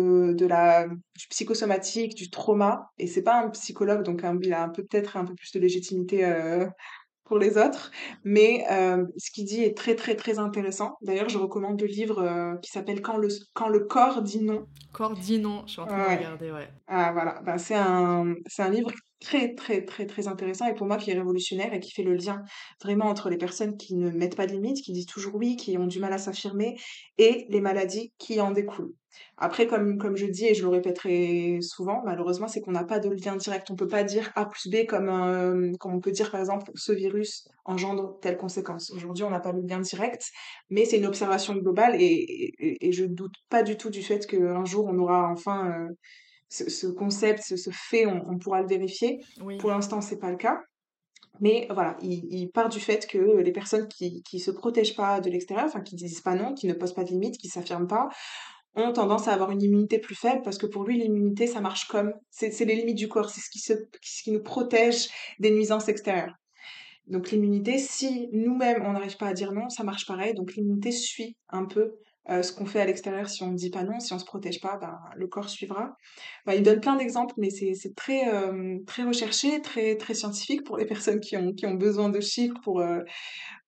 du psychosomatique, du trauma. Et c'est pas un psychologue, donc il a peut-être un peu plus de légitimité pour les autres. Mais ce qu'il dit est très, très, très intéressant. D'ailleurs, je recommande le livre qui s'appelle Quand le corps dit non. Cordinon, je suis en train de Ouais. regarder, ouais. Ah, voilà. Ben, c'est un livre très, très, très, très intéressant et pour moi qui est révolutionnaire et qui fait le lien vraiment entre les personnes qui ne mettent pas de limites, qui disent toujours oui, qui ont du mal à s'affirmer et les maladies qui en découlent. Après, comme je dis et je le répéterai souvent, malheureusement, c'est qu'on n'a pas de lien direct. On peut pas dire A plus B comme on peut dire par exemple ce virus engendre telle conséquence. Aujourd'hui, on n'a pas le lien direct, mais c'est une observation globale et je doute pas du tout du fait qu'un jour on aura enfin ce concept, ce fait, on pourra le vérifier. Oui. Pour l'instant, c'est pas le cas. Mais voilà, il part du fait que les personnes qui se protègent pas de l'extérieur, enfin qui disent pas non, qui ne posent pas de limites, qui s'affirment pas, ont tendance à avoir une immunité plus faible parce que pour lui, l'immunité, ça marche comme, c'est les limites du corps, c'est ce qui nous protège des nuisances extérieures. Donc l'immunité, si nous-mêmes, on n'arrive pas à dire non, ça marche pareil. Donc l'immunité suit un peu ce qu'on fait à l'extérieur. Si on ne dit pas non, si on se protège pas, ben, le corps suivra. Enfin, il donne plein d'exemples, mais c'est très, très recherché, très, très scientifique pour les personnes qui ont besoin de chiffres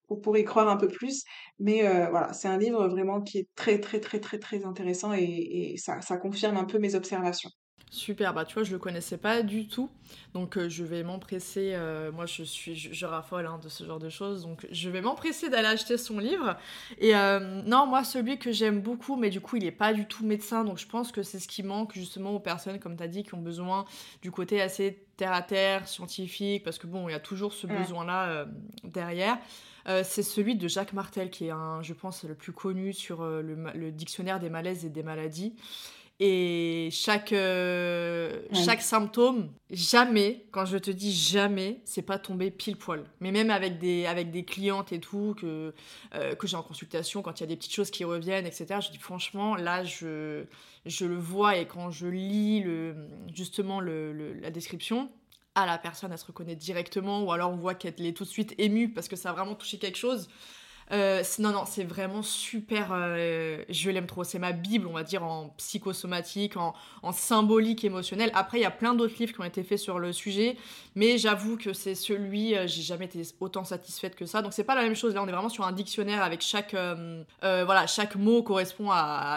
pour y croire un peu plus. Mais voilà, c'est un livre vraiment qui est très, très, très, très, très intéressant et ça confirme un peu mes observations. Super, bah tu vois, je le connaissais pas du tout, donc je vais m'empresser. Moi, je raffole hein, de ce genre de choses, donc je vais m'empresser d'aller acheter son livre. Et non, moi, celui que j'aime beaucoup, mais du coup, il est pas du tout médecin, donc je pense que c'est ce qui manque justement aux personnes, comme tu as dit, qui ont besoin du côté assez terre à terre, scientifique, parce que bon, il y a toujours ce Mmh. besoin-là derrière. C'est celui de Jacques Martel, qui est je pense, le plus connu sur le dictionnaire des malaises et des maladies. Et Ouais. chaque symptôme, jamais, quand je te dis jamais, c'est pas tombé pile poil. Mais même avec des clientes et tout, que j'ai en consultation, quand il y a des petites choses qui reviennent, etc., je dis franchement, là, je le vois et quand je lis justement la description, ah, la personne, elle se reconnaît directement, ou alors on voit qu'elle est tout de suite émue parce que ça a vraiment touché quelque chose. Non, non, c'est vraiment super. Je l'aime trop. C'est ma Bible, on va dire, en psychosomatique, en symbolique émotionnelle. Après, il y a plein d'autres livres qui ont été faits sur le sujet, mais j'avoue que c'est celui, j'ai jamais été autant satisfaite que ça. Donc, c'est pas la même chose. Là, on est vraiment sur un dictionnaire avec voilà, chaque mot correspond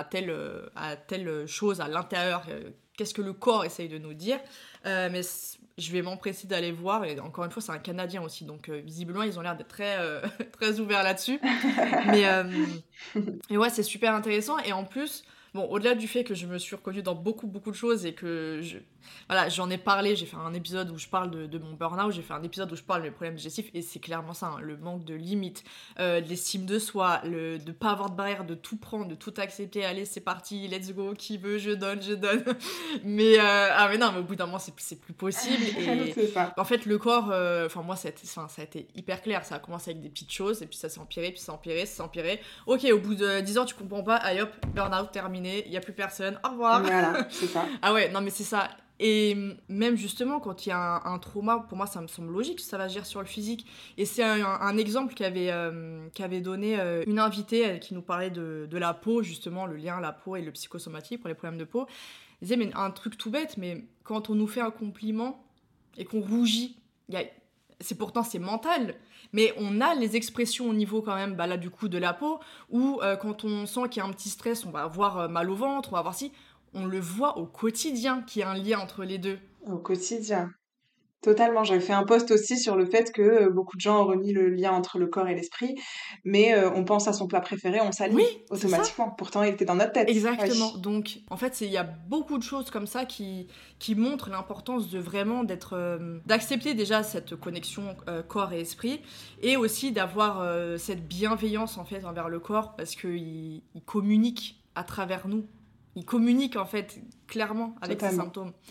à telle chose à l'intérieur. Qu'est-ce que le corps essaye de nous dire. Mais je vais m'empresser d'aller voir. Et encore une fois, c'est un Canadien aussi. Donc, visiblement, ils ont l'air d'être très, très ouverts là-dessus. Mais et ouais, c'est super intéressant. Et en plus, bon, au-delà du fait que je me suis reconnue dans beaucoup, beaucoup de choses et que voilà, j'en ai parlé, j'ai fait un épisode où je parle de mon burn-out, j'ai fait un épisode où je parle de mes problèmes digestifs, et c'est clairement ça, hein, le manque de limites, de l'estime de soi, de pas avoir de barrière, de tout prendre, de tout accepter, allez, c'est parti, let's go, qui veut, je donne, je donne. Mais non, mais au bout d'un moment, c'est plus possible. Et C'est ça. en fait, le corps, enfin, moi, ça a été hyper clair. Ça a commencé avec des petites choses, et puis ça s'est empiré, puis ça s'est empiré, ça s'est empiré. Ok, au bout de 10 ans, tu comprends pas, allez hop, burn-out terminé, il y a plus personne, au revoir. Voilà, c'est ça. Ah ouais, non mais c'est ça. Et même justement, quand il y a un trauma, pour moi, ça me semble logique que ça va agir sur le physique. Et c'est un exemple qu'avait donné une invitée qui nous parlait de la peau, justement, le lien la peau et le psychosomatique pour les problèmes de peau. Elle disait, mais un truc tout bête, mais quand on nous fait un compliment et qu'on rougit, il y a, c'est mental, mais on a les expressions au niveau quand même, bah là du coup de la peau, où quand on sent qu'il y a un petit stress, on va avoir mal au ventre, on va avoir si, on le voit au quotidien qu'il y a un lien entre les deux. Au quotidien. Totalement, j'avais fait un post aussi sur le fait que, beaucoup de gens ont remis le lien entre le corps et l'esprit, mais on pense à son plat préféré, on Oui, salive c'est ça. automatiquement. Pourtant, il était dans notre tête. Exactement. Oui. Donc, en fait, il y a beaucoup de choses comme ça qui montrent l'importance de vraiment d'accepter déjà cette connexion corps et esprit, et aussi d'avoir cette bienveillance en fait envers le corps parce qu'il communique à travers nous. Il communique en fait clairement avec ses Totalement. symptômes.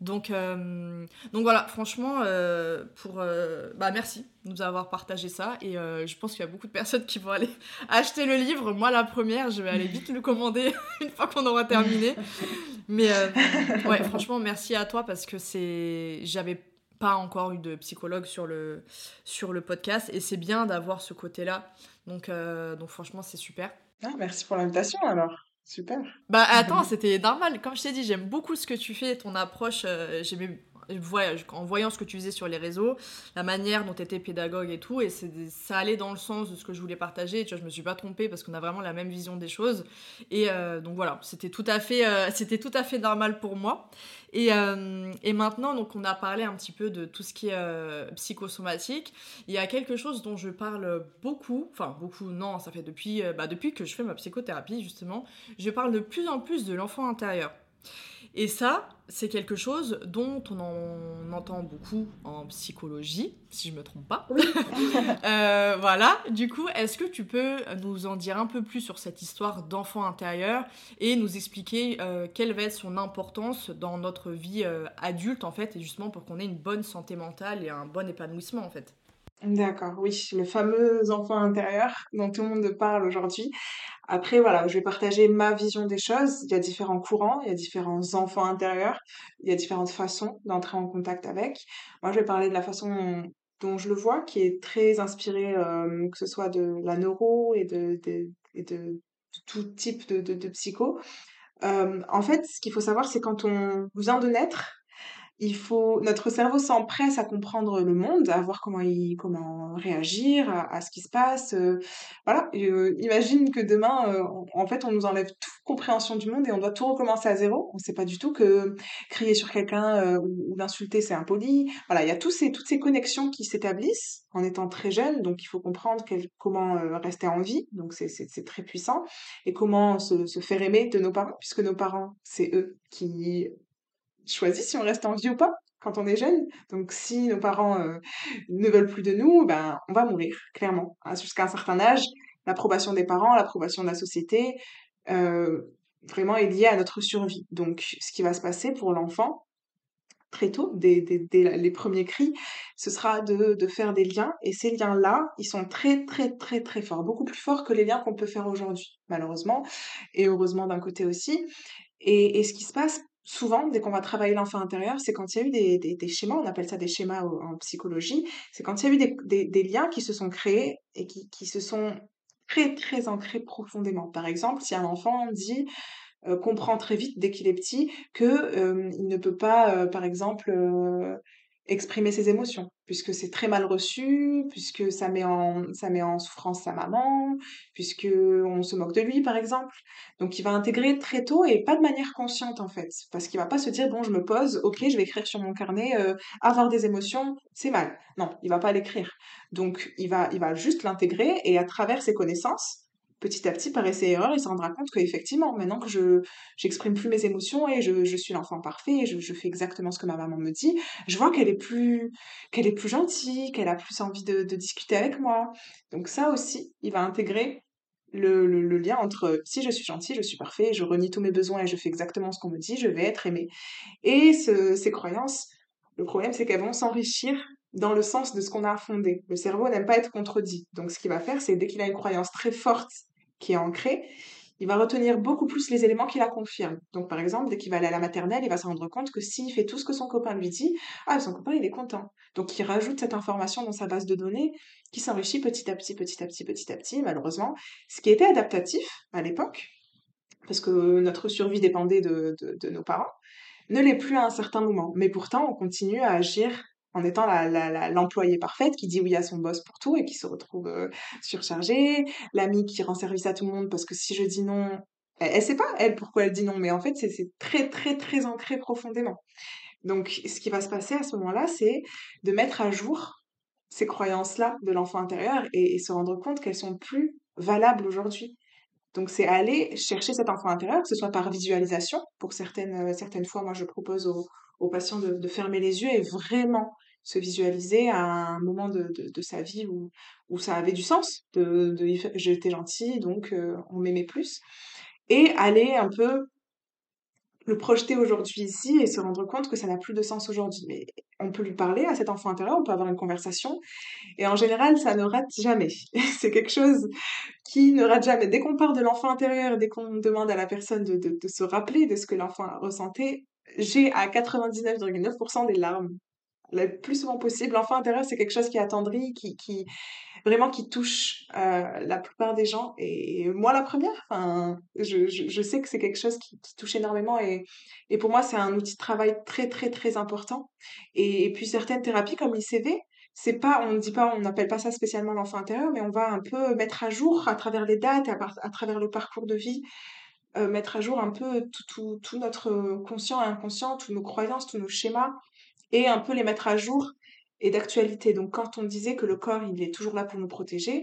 Donc voilà, franchement, bah merci de nous avoir partagé ça. Et je pense qu'il y a beaucoup de personnes qui vont aller acheter le livre. Moi, la première, je vais aller vite le commander une fois qu'on aura terminé. Mais ouais, franchement, merci à toi parce que j'avais pas encore eu de psychologue sur le podcast et c'est bien d'avoir ce côté-là. Donc franchement, c'est super. Ah, merci pour l'invitation alors. Super. Bah attends, c'était normal. Comme je t'ai dit, j'aime beaucoup ce que tu fais, ton approche. J'aimais, en voyant ce que tu faisais sur les réseaux, la manière dont tu étais pédagogue et tout, et ça allait dans le sens de ce que je voulais partager. Tu vois, je me suis pas trompée parce qu'on a vraiment la même vision des choses. Et donc voilà, c'était tout à fait normal pour moi. Et maintenant, donc on a parlé un petit peu de tout ce qui est psychosomatique. Il y a quelque chose dont je parle beaucoup, enfin beaucoup, non, ça fait depuis que je fais ma psychothérapie justement. Je parle de plus en plus de l'enfant intérieur. Et ça, c'est quelque chose dont on en entend beaucoup en psychologie, si je me trompe pas. Oui. Voilà, du coup, est-ce que tu peux nous en dire un peu plus sur cette histoire d'enfant intérieur et nous expliquer quelle va être son importance dans notre vie adulte, en fait, et justement pour qu'on ait une bonne santé mentale et un bon épanouissement, en fait. D'accord, oui, le fameux enfant intérieur dont tout le monde parle aujourd'hui. Après, voilà, je vais partager ma vision des choses. Il y a différents courants, il y a différents enfants intérieurs, il y a différentes façons d'entrer en contact avec. Moi, je vais parler de la façon dont je le vois, qui est très inspirée, que ce soit de la neuro et de tout type de psycho. En fait, ce qu'il faut savoir, c'est quand on vient de naître, notre cerveau s'empresse à comprendre le monde, à voir comment réagir à ce qui se passe. Voilà. Imagine que demain, en fait, on nous enlève toute compréhension du monde et on doit tout recommencer à zéro. On ne sait pas du tout que crier sur quelqu'un ou l'insulter, c'est impoli. Voilà, il y a toutes ces connexions qui s'établissent en étant très jeune. Donc, il faut comprendre comment rester en vie. Donc, c'est très puissant. Et comment se faire aimer de nos parents, puisque nos parents, c'est eux qui choisissent si on reste en vie ou pas quand on est jeune. Donc, si nos parents ne veulent plus de nous, ben, on va mourir, clairement. Jusqu'à un certain âge, l'approbation des parents, l'approbation de la société, euh, vraiment est liée à notre survie. Donc, ce qui va se passer pour l'enfant, très tôt, dès les premiers cris, ce sera de faire des liens. Et ces liens-là, ils sont très, très, très, très forts. Beaucoup plus forts que les liens qu'on peut faire aujourd'hui, malheureusement. Et heureusement d'un côté aussi. Et ce qui se passe souvent, dès qu'on va travailler l'enfant intérieur, c'est quand il y a eu des schémas, on appelle ça des schémas en psychologie, c'est quand il y a eu des liens qui se sont créés et qui se sont très, très ancrés profondément. Par exemple, si un enfant dit comprend très vite dès qu'il est petit que il ne peut pas, par exemple, exprimer ses émotions, puisque c'est très mal reçu, puisque ça met en souffrance sa maman, puisque on se moque de lui, par exemple. Donc il va intégrer très tôt et pas de manière consciente en fait, parce qu'il va pas se dire bon je me pose, ok je vais écrire sur mon carnet avoir des émotions c'est mal. Non, il va pas l'écrire. Donc il va juste l'intégrer et à travers ses connaissances petit à petit, par essai et erreur, il se rendra compte qu'effectivement, maintenant que j'exprime plus mes émotions et je suis l'enfant parfait et je fais exactement ce que ma maman me dit, je vois qu'elle est plus gentille, qu'elle a plus envie de discuter avec moi. Donc ça aussi, il va intégrer le lien entre si je suis gentil, je suis parfait, je renie tous mes besoins et je fais exactement ce qu'on me dit, je vais être aimé. Et ces croyances, le problème, c'est qu'elles vont s'enrichir dans le sens de ce qu'on a fondé. Le cerveau n'aime pas être contredit. Donc, ce qu'il va faire, c'est dès qu'il a une croyance très forte qui est ancrée, il va retenir beaucoup plus les éléments qui la confirment. Donc, par exemple, dès qu'il va aller à la maternelle, il va se rendre compte que s'il fait tout ce que son copain lui dit, ah, son copain, il est content. Donc, il rajoute cette information dans sa base de données qui s'enrichit petit à petit, petit à petit, petit à petit, malheureusement. Ce qui était adaptatif à l'époque, parce que notre survie dépendait de nos parents, ne l'est plus à un certain moment. Mais pourtant, on continue à agir en étant l'employée parfaite qui dit oui à son boss pour tout et qui se retrouve surchargée, l'amie qui rend service à tout le monde parce que si je dis non, elle sait pas, elle, pourquoi elle dit non, mais en fait, c'est très, très, très ancré profondément. Donc, ce qui va se passer à ce moment-là, c'est de mettre à jour ces croyances-là de l'enfant intérieur et se rendre compte qu'elles sont plus valables aujourd'hui. Donc, c'est aller chercher cet enfant intérieur, que ce soit par visualisation. Pour certaines fois, moi, je propose aux patients de fermer les yeux et vraiment se visualiser à un moment de sa vie où ça avait du sens. J'étais gentille, donc on m'aimait plus. Et aller un peu le projeter aujourd'hui ici et se rendre compte que ça n'a plus de sens aujourd'hui. Mais on peut lui parler à cet enfant intérieur, on peut avoir une conversation, et en général, ça ne rate jamais. C'est quelque chose qui ne rate jamais. Dès qu'on parle de l'enfant intérieur, dès qu'on demande à la personne de se rappeler de ce que l'enfant ressentait, j'ai à 99,9% des larmes. Le plus souvent possible. L'enfant intérieur, c'est quelque chose qui attendrit, vraiment qui touche la plupart des gens. Et moi, la première, enfin, je sais que c'est quelque chose qui touche énormément. Et pour moi, c'est un outil de travail très, très, très important. Et puis, certaines thérapies comme l'ICV, c'est pas, on ne dit pas, on n'appelle pas ça spécialement l'enfant intérieur, mais on va un peu mettre à jour à travers les dates et à travers le parcours de vie, mettre à jour un peu tout notre conscient et inconscient, tous nos croyances, tous nos schémas, et un peu les mettre à jour et d'actualité. Donc, quand on disait que le corps, il est toujours là pour nous protéger,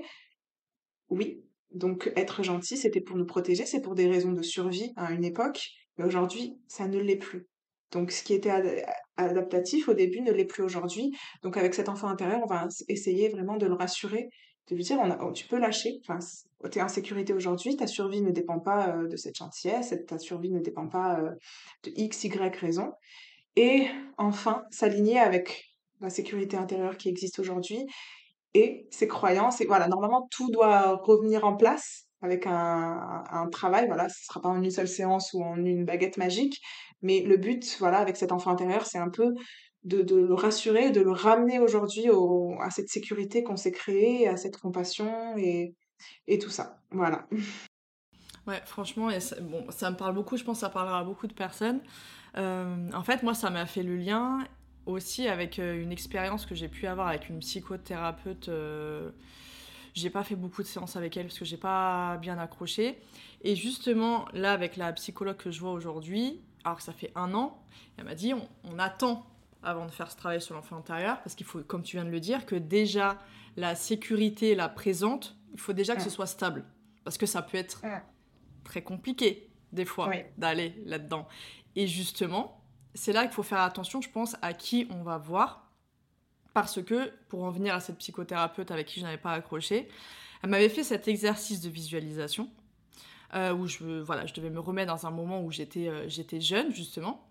oui. Donc, être gentil, c'était pour nous protéger, c'est pour des raisons de survie à une époque, mais aujourd'hui, ça ne l'est plus. Donc, ce qui était adaptatif au début ne l'est plus aujourd'hui. Donc, avec cet enfant intérieur, on va essayer vraiment de le rassurer, de lui dire, oh, tu peux lâcher. Enfin, tu es en sécurité aujourd'hui, ta survie ne dépend pas de cette gentillesse, ta survie ne dépend pas de X, Y raison. Et enfin, s'aligner avec la sécurité intérieure qui existe aujourd'hui et ses croyances. Et voilà, normalement, tout doit revenir en place avec un travail. Voilà, ce ne sera pas en une seule séance ou en une baguette magique. Mais le but, voilà, avec cet enfant intérieur, c'est un peu de le rassurer, de le ramener aujourd'hui à cette sécurité qu'on s'est créée, à cette compassion et tout ça. Voilà. Ouais, franchement, bon, ça me parle beaucoup, je pense que ça parlera à beaucoup de personnes. En fait, moi, ça m'a fait le lien aussi avec une expérience que j'ai pu avoir avec une psychothérapeute. J'ai pas fait beaucoup de séances avec elle parce que j'ai pas bien accroché. Et justement, là, avec la psychologue que je vois aujourd'hui, alors que ça fait 1 an, elle m'a dit on attend avant de faire ce travail sur l'enfant intérieur parce qu'il faut, comme tu viens de le dire, que déjà la sécurité, la présente, il faut déjà que ce soit stable. Parce que ça peut être très compliqué, des fois, d'aller là-dedans. Et justement, c'est là qu'il faut faire attention, je pense, à qui on va voir. Parce que, pour en venir à cette psychothérapeute avec qui je n'avais pas accroché, elle m'avait fait cet exercice de visualisation où je devais me remettre dans un moment où j'étais jeune, justement.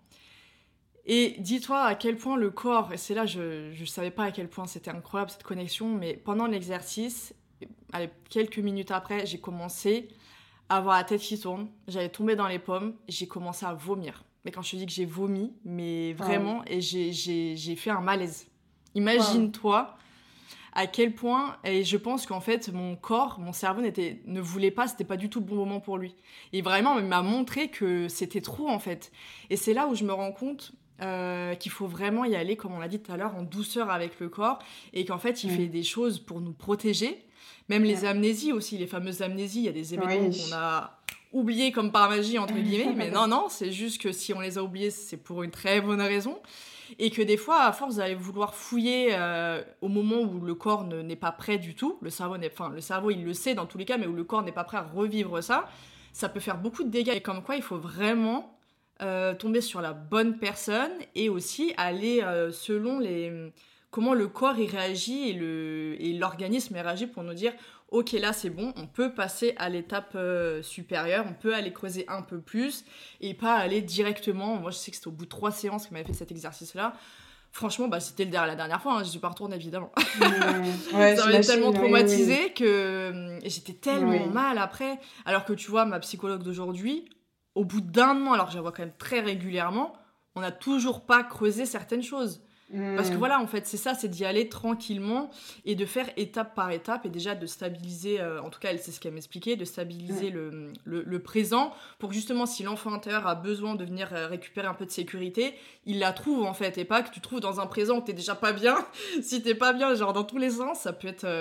Et dis-toi à quel point le corps, et c'est là je ne savais pas à quel point c'était incroyable cette connexion, mais pendant l'exercice, allez, quelques minutes après, j'ai commencé à avoir la tête qui tourne, j'allais tomber dans les pommes, j'ai commencé à vomir. Mais quand je te dis que j'ai vomi, mais vraiment, et j'ai fait un malaise. Imagine-toi à quel point, et je pense qu'en fait, mon corps, mon cerveau ne voulait pas, c'était pas du tout le bon moment pour lui. Et vraiment, il m'a montré que c'était trop, en fait. Et c'est là où je me rends compte qu'il faut vraiment y aller, comme on l'a dit tout à l'heure, en douceur avec le corps, et qu'en fait, il fait des choses pour nous protéger. Même les amnésies aussi, les fameuses amnésies, il y a des événements qu'on a oubliés comme par magie, entre guillemets, mais non, c'est juste que si on les a oubliés, c'est pour une très bonne raison. Et que des fois, à force d'aller vouloir fouiller au moment où le corps n'est pas prêt du tout, le cerveau, il le sait dans tous les cas, mais où le corps n'est pas prêt à revivre ça, ça peut faire beaucoup de dégâts. Et comme quoi, il faut vraiment tomber sur la bonne personne et aussi aller selon comment le corps y réagit et l'organisme y réagit pour nous dire ok, là c'est bon, on peut passer à l'étape supérieure, on peut aller creuser un peu plus et pas aller directement. Moi je sais que c'était au bout de 3 séances qu'elle m'avait fait cet exercice-là. Franchement, c'était la dernière fois, je suis pas retournée évidemment. Ça m'avait tellement traumatisée que j'étais tellement mal après. Alors que tu vois, ma psychologue d'aujourd'hui, au bout d'1 an, alors que je la vois quand même très régulièrement, on n'a toujours pas creusé certaines choses. Parce que voilà, en fait, c'est ça, c'est d'y aller tranquillement et de faire étape par étape et déjà de stabiliser, en tout cas, c'est ce qu'elle m'expliquait, de stabiliser le présent pour que justement, si l'enfant intérieur a besoin de venir récupérer un peu de sécurité, il la trouve en fait et pas que tu trouves dans un présent où t'es déjà pas bien. Si t'es pas bien, genre dans tous les sens, ça peut être,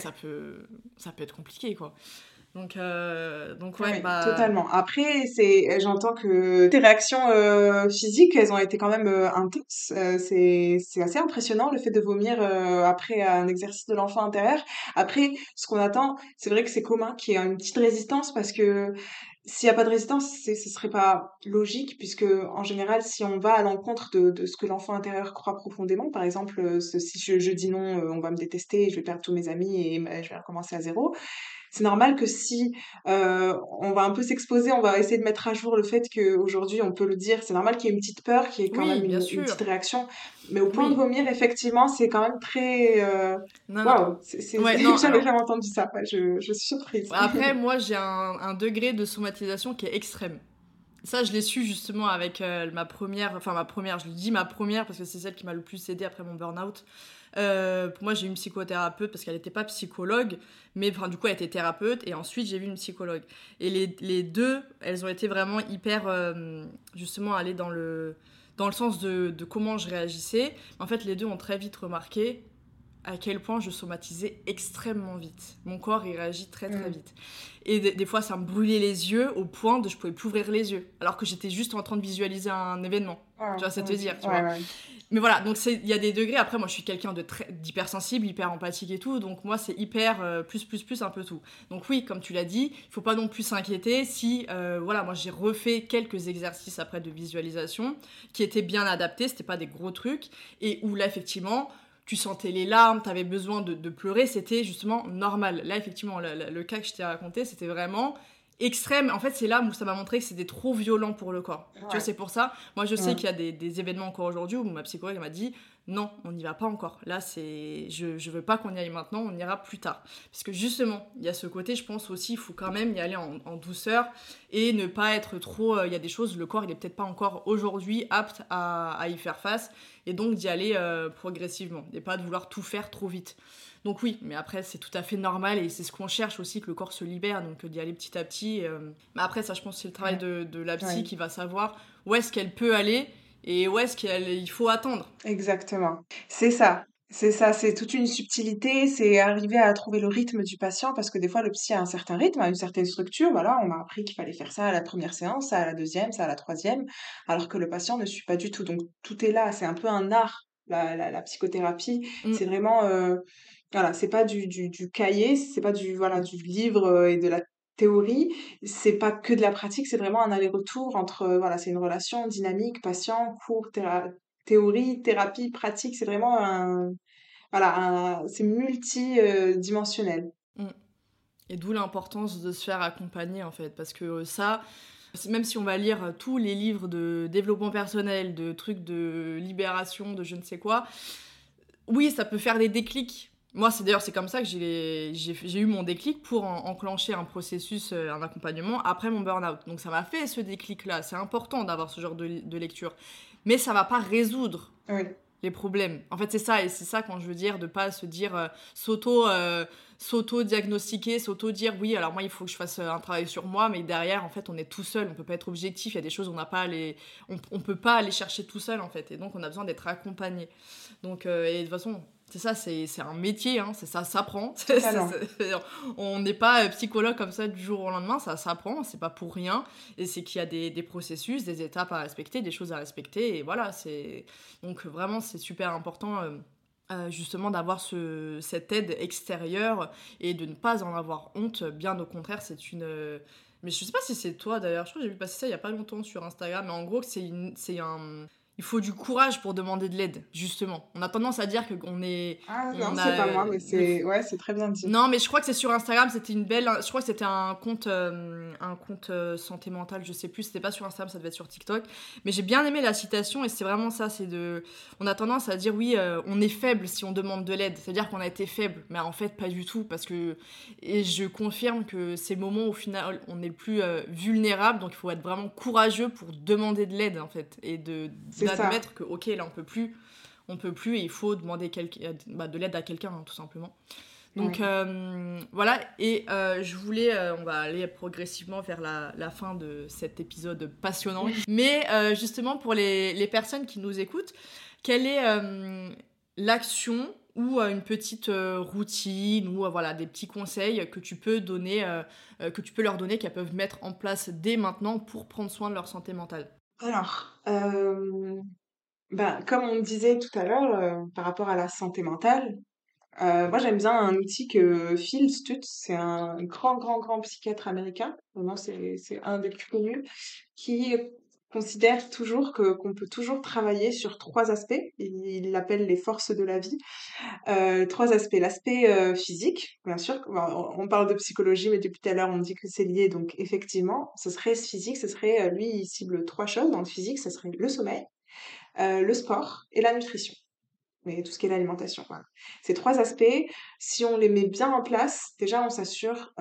ça peut être compliqué quoi. Donc Totalement. Après, j'entends que tes réactions physiques, elles ont été quand même intenses. C'est assez impressionnant le fait de vomir après un exercice de l'enfant intérieur. Après, ce qu'on attend, c'est vrai que c'est commun qu'il y ait une petite résistance parce que s'il n'y a pas de résistance, ce serait pas logique puisque en général, si on va à l'encontre de ce que l'enfant intérieur croit profondément, par exemple, si je dis non, on va me détester, je vais perdre tous mes amis et je vais recommencer à zéro. C'est normal que si on va un peu s'exposer, on va essayer de mettre à jour le fait qu'aujourd'hui on peut le dire, c'est normal qu'il y ait une petite peur, qu'il y ait quand même bien une sûr. petite réaction, mais au point de vomir, effectivement, c'est quand même très... Waouh, non, j'avais jamais entendu ça, ouais, je suis surprise. Après, moi, j'ai un degré de somatisation qui est extrême. Ça, je l'ai su justement avec ma première, je lui dis ma première parce que c'est celle qui m'a le plus aidée après mon burn-out. Pour moi, j'ai eu une psychothérapeute parce qu'elle n'était pas psychologue, mais du coup, elle était thérapeute et ensuite, j'ai vu une psychologue. Et les deux, elles ont été vraiment hyper, justement, allées dans le sens de comment je réagissais. En fait, les deux ont très vite remarqué à quel point je somatisais extrêmement vite. Mon corps, il réagit très très vite. Et des fois, ça me brûlait les yeux au point de je pouvais plus ouvrir les yeux, alors que j'étais juste en train de visualiser un événement. Tu vois, ça te dire, tu vois. Mais voilà, donc il y a des degrés. Après, moi, je suis quelqu'un d'hypersensible, hyper empathique et tout. Donc moi, c'est hyper plus un peu tout. Donc oui, comme tu l'as dit, il faut pas non plus s'inquiéter si, moi, j'ai refait quelques exercices après de visualisation qui étaient bien adaptés. C'était pas des gros trucs. Et où là, effectivement, tu sentais les larmes, tu avais besoin de pleurer, c'était justement normal. Là, effectivement, le cas que je t'ai raconté, c'était vraiment extrême. En fait, c'est là où ça m'a montré que c'était trop violent pour le corps. Tu vois, c'est pour ça. Moi, je sais qu'il y a des événements encore aujourd'hui où ma psychologue m'a dit non, on n'y va pas encore. Là, je veux pas qu'on y aille maintenant, on ira plus tard. Parce que justement, il y a ce côté, je pense aussi, il faut quand même y aller en douceur et ne pas être trop... Il y a des choses, le corps, il est peut-être pas encore aujourd'hui apte à y faire face, et donc d'y aller progressivement, et pas de vouloir tout faire trop vite. Donc oui, mais après, c'est tout à fait normal, et c'est ce qu'on cherche aussi, que le corps se libère, donc d'y aller petit à petit. Mais après, ça, je pense, c'est le travail de la psy Ouais. qui va savoir où est-ce qu'elle peut aller, et où est-ce qu'il faut attendre. Exactement. C'est ça. C'est ça, c'est toute une subtilité, c'est arriver à trouver le rythme du patient parce que des fois le psy a un certain rythme, a une certaine structure. Voilà, on m'a appris qu'il fallait faire ça à la première séance, ça à la deuxième, ça à la troisième, alors que le patient ne suit pas du tout. Donc tout est là, c'est un peu un art, la psychothérapie. C'est Mm. vraiment, voilà, c'est pas du cahier, c'est pas voilà, du livre et de la théorie, c'est pas que de la pratique, c'est vraiment un aller-retour entre, voilà, c'est une relation dynamique, patient, cours, théorie, thérapie, pratique, c'est vraiment voilà, c'est multidimensionnel. Mm. Et d'où l'importance de se faire accompagner en fait, parce que ça, même si on va lire tous les livres de développement personnel, de trucs de libération, de je ne sais quoi, oui, ça peut faire des déclics. Moi, c'est comme ça que j'ai eu mon déclic pour enclencher un processus, un accompagnement après mon burn-out. Donc ça m'a fait ce déclic-là. C'est important d'avoir ce genre de lecture. Mais ça va pas résoudre Oui, les problèmes. En fait, c'est ça, et c'est ça quand je veux dire de pas se dire s'auto-diagnostiquer, s'auto-dire oui, alors moi il faut que je fasse un travail sur moi, mais derrière en fait on est tout seul, on peut pas être objectif, il y a des choses on n'a pas à on peut pas aller chercher tout seul en fait, et donc on a besoin d'être accompagné. Donc et de toute façon c'est ça, c'est un métier, hein, c'est ça s'apprend. totalement. On n'est pas psychologue comme ça du jour au lendemain, ça s'apprend, c'est pas pour rien, et c'est qu'il y a des processus, des étapes à respecter, des choses à respecter, et voilà, c'est donc vraiment, c'est super important justement d'avoir cette aide extérieure et de ne pas en avoir honte. Bien au contraire, c'est une... Mais je sais pas si c'est toi d'ailleurs, je crois que j'ai vu passer ça il y a pas longtemps sur Instagram, mais en gros, c'est un... Il faut du courage pour demander de l'aide, justement. On a tendance à dire qu'on est... Ah non, On c'est a... pas moi, mais c'est ouais, c'est très bien dit. Non, mais je crois que c'est sur Instagram, c'était une belle... Je crois que c'était un compte santé mentale, je sais plus, c'était pas sur Instagram, ça devait être sur TikTok. Mais j'ai bien aimé la citation, et c'est vraiment ça, c'est de... On a tendance à dire, oui, on est faible si on demande de l'aide, c'est-à-dire qu'on a été faible, mais en fait, pas du tout, parce que... Et je confirme que c'est le moment où, au final, on est le plus vulnérable, donc il faut être vraiment courageux pour demander de l'aide, en fait, et C'est ça. d'admettre que, ok, là, on peut plus, et il faut demander de l'aide à quelqu'un, hein, tout simplement. Donc Oui. voilà, et je voulais, on va aller progressivement vers la fin de cet épisode passionnant. Mais justement, pour les personnes qui nous écoutent, quelle est l'action ou une petite routine ou voilà, des petits conseils que tu peux donner, que tu peux leur donner, qu'elles peuvent mettre en place dès maintenant pour prendre soin de leur santé mentale? Alors, ben, comme on disait tout à l'heure, par rapport à la santé mentale, moi j'aime bien un outil que Phil Stutz, c'est un grand psychiatre américain, vraiment c'est un des plus connus, qui considère toujours qu'on peut toujours travailler sur 3 aspects. Il l'appelle les forces de la vie. 3 aspects. L'aspect, physique, bien sûr, on parle de psychologie, mais depuis tout à l'heure, on dit que c'est lié, donc effectivement, ce serait physique, ce serait, lui, il cible 3 choses dans le physique, ce serait le sommeil, le sport et la nutrition. Mais tout ce qui est l'alimentation, voilà. Ces 3 aspects, si on les met bien en place, déjà on s'assure,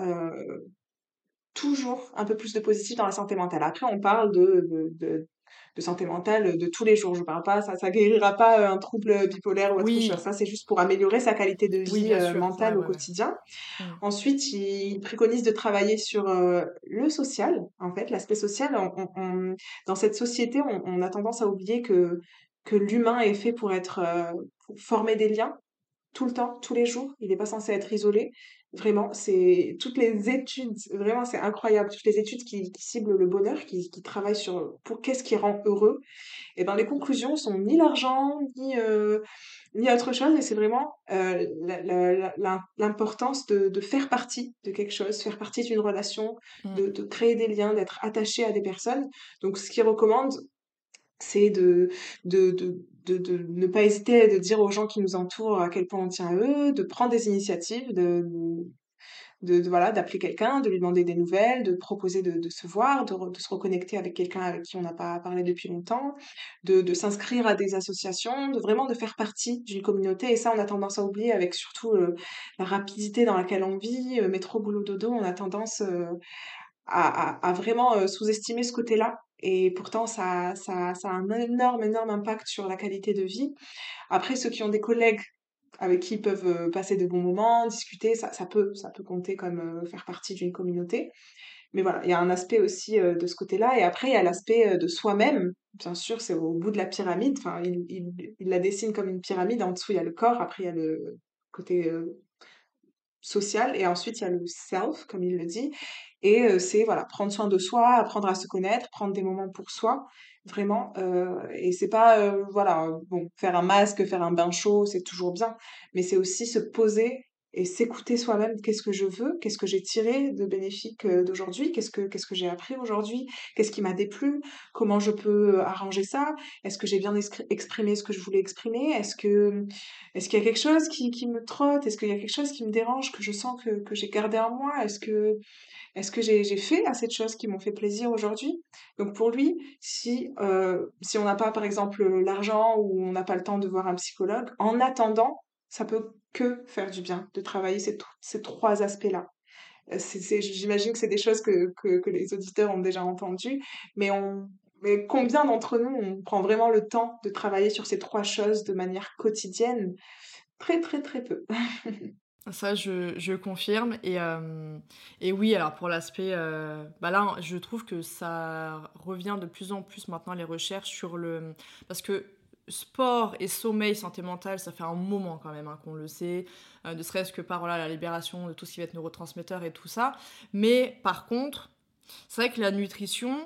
toujours un peu plus de positif dans la santé mentale. Après, on parle de santé mentale de tous les jours. Je parle pas, ça guérira pas un trouble bipolaire ou autre chose. Oui, Ça, c'est juste pour améliorer sa qualité de oui, vie bien sûr. Ouais, mentale au ouais, ouais. quotidien. Mm. Ensuite, il préconise de travailler sur le social, en fait, l'aspect social. Dans cette société, on a tendance à oublier que l'humain est fait pour être, pour former des liens tout le temps, tous les jours. Il n'est pas censé être isolé. Vraiment, c'est toutes les études, vraiment, c'est incroyable. Toutes les études qui ciblent le bonheur, qui travaillent sur pour qu'est-ce qui rend heureux. Et ben, les conclusions sont ni l'argent, ni autre chose. Et c'est vraiment l'importance de faire partie de quelque chose, faire partie d'une relation, Mm. de créer des liens, d'être attaché à des personnes. Donc, ce qu'il recommande, c'est de ne pas hésiter, de dire aux gens qui nous entourent à quel point on tient à eux, de prendre des initiatives, voilà, d'appeler quelqu'un, de lui demander des nouvelles, de proposer de se voir, de se reconnecter avec quelqu'un avec qui on n'a pas parlé depuis longtemps, de s'inscrire à des associations, vraiment de faire partie d'une communauté. Et ça, on a tendance à oublier avec surtout la rapidité dans laquelle on vit, métro, boulot, dodo, on a tendance à vraiment sous-estimer ce côté-là. Et pourtant, ça a un énorme, énorme impact sur la qualité de vie. Après, ceux qui ont des collègues avec qui ils peuvent passer de bons moments, discuter, ça peut compter comme faire partie d'une communauté. Mais voilà, il y a un aspect aussi de ce côté-là. Et après, il y a l'aspect de soi-même. Bien sûr, c'est au bout de la pyramide. Enfin, il la dessine comme une pyramide. En dessous, il y a le corps. Après, il y a le côté social. Et ensuite, il y a le self, comme il le dit. Et c'est, voilà, prendre soin de soi, apprendre à se connaître, prendre des moments pour soi. Vraiment. Et c'est pas, voilà, bon, faire un masque, faire un bain chaud, c'est toujours bien. Mais c'est aussi se poser et s'écouter soi-même. Qu'est-ce que je veux? Qu'est-ce que j'ai tiré de bénéfique d'aujourd'hui? Qu'est-ce que j'ai appris aujourd'hui? Qu'est-ce qui m'a déplu? Comment je peux arranger ça? Est-ce que j'ai bien exprimé ce que je voulais exprimer? Est-ce qu'il y a quelque chose qui me trotte? Est-ce qu'il y a quelque chose qui me dérange, que je sens que j'ai gardé en moi? Est-ce que j'ai fait assez de choses qui m'ont fait plaisir aujourd'hui? Donc pour lui, si on n'a pas, par exemple, l'argent ou on n'a pas le temps de voir un psychologue, en attendant, ça peut que faire du bien de travailler ces trois aspects-là. J'imagine que c'est des choses que les auditeurs ont déjà entendues, mais mais combien d'entre nous on prend vraiment le temps de travailler sur ces trois choses de manière quotidienne? Très, très, très peu. Ça, je confirme. Et oui, alors pour l'aspect, bah là, je trouve que ça revient de plus en plus maintenant, les recherches sur le... Parce que sport et sommeil, santé mentale, ça fait un moment quand même hein, qu'on le sait, ne serait-ce que par voilà, la libération de tout ce qui va être neurotransmetteur et tout ça. Mais par contre, c'est vrai que la nutrition,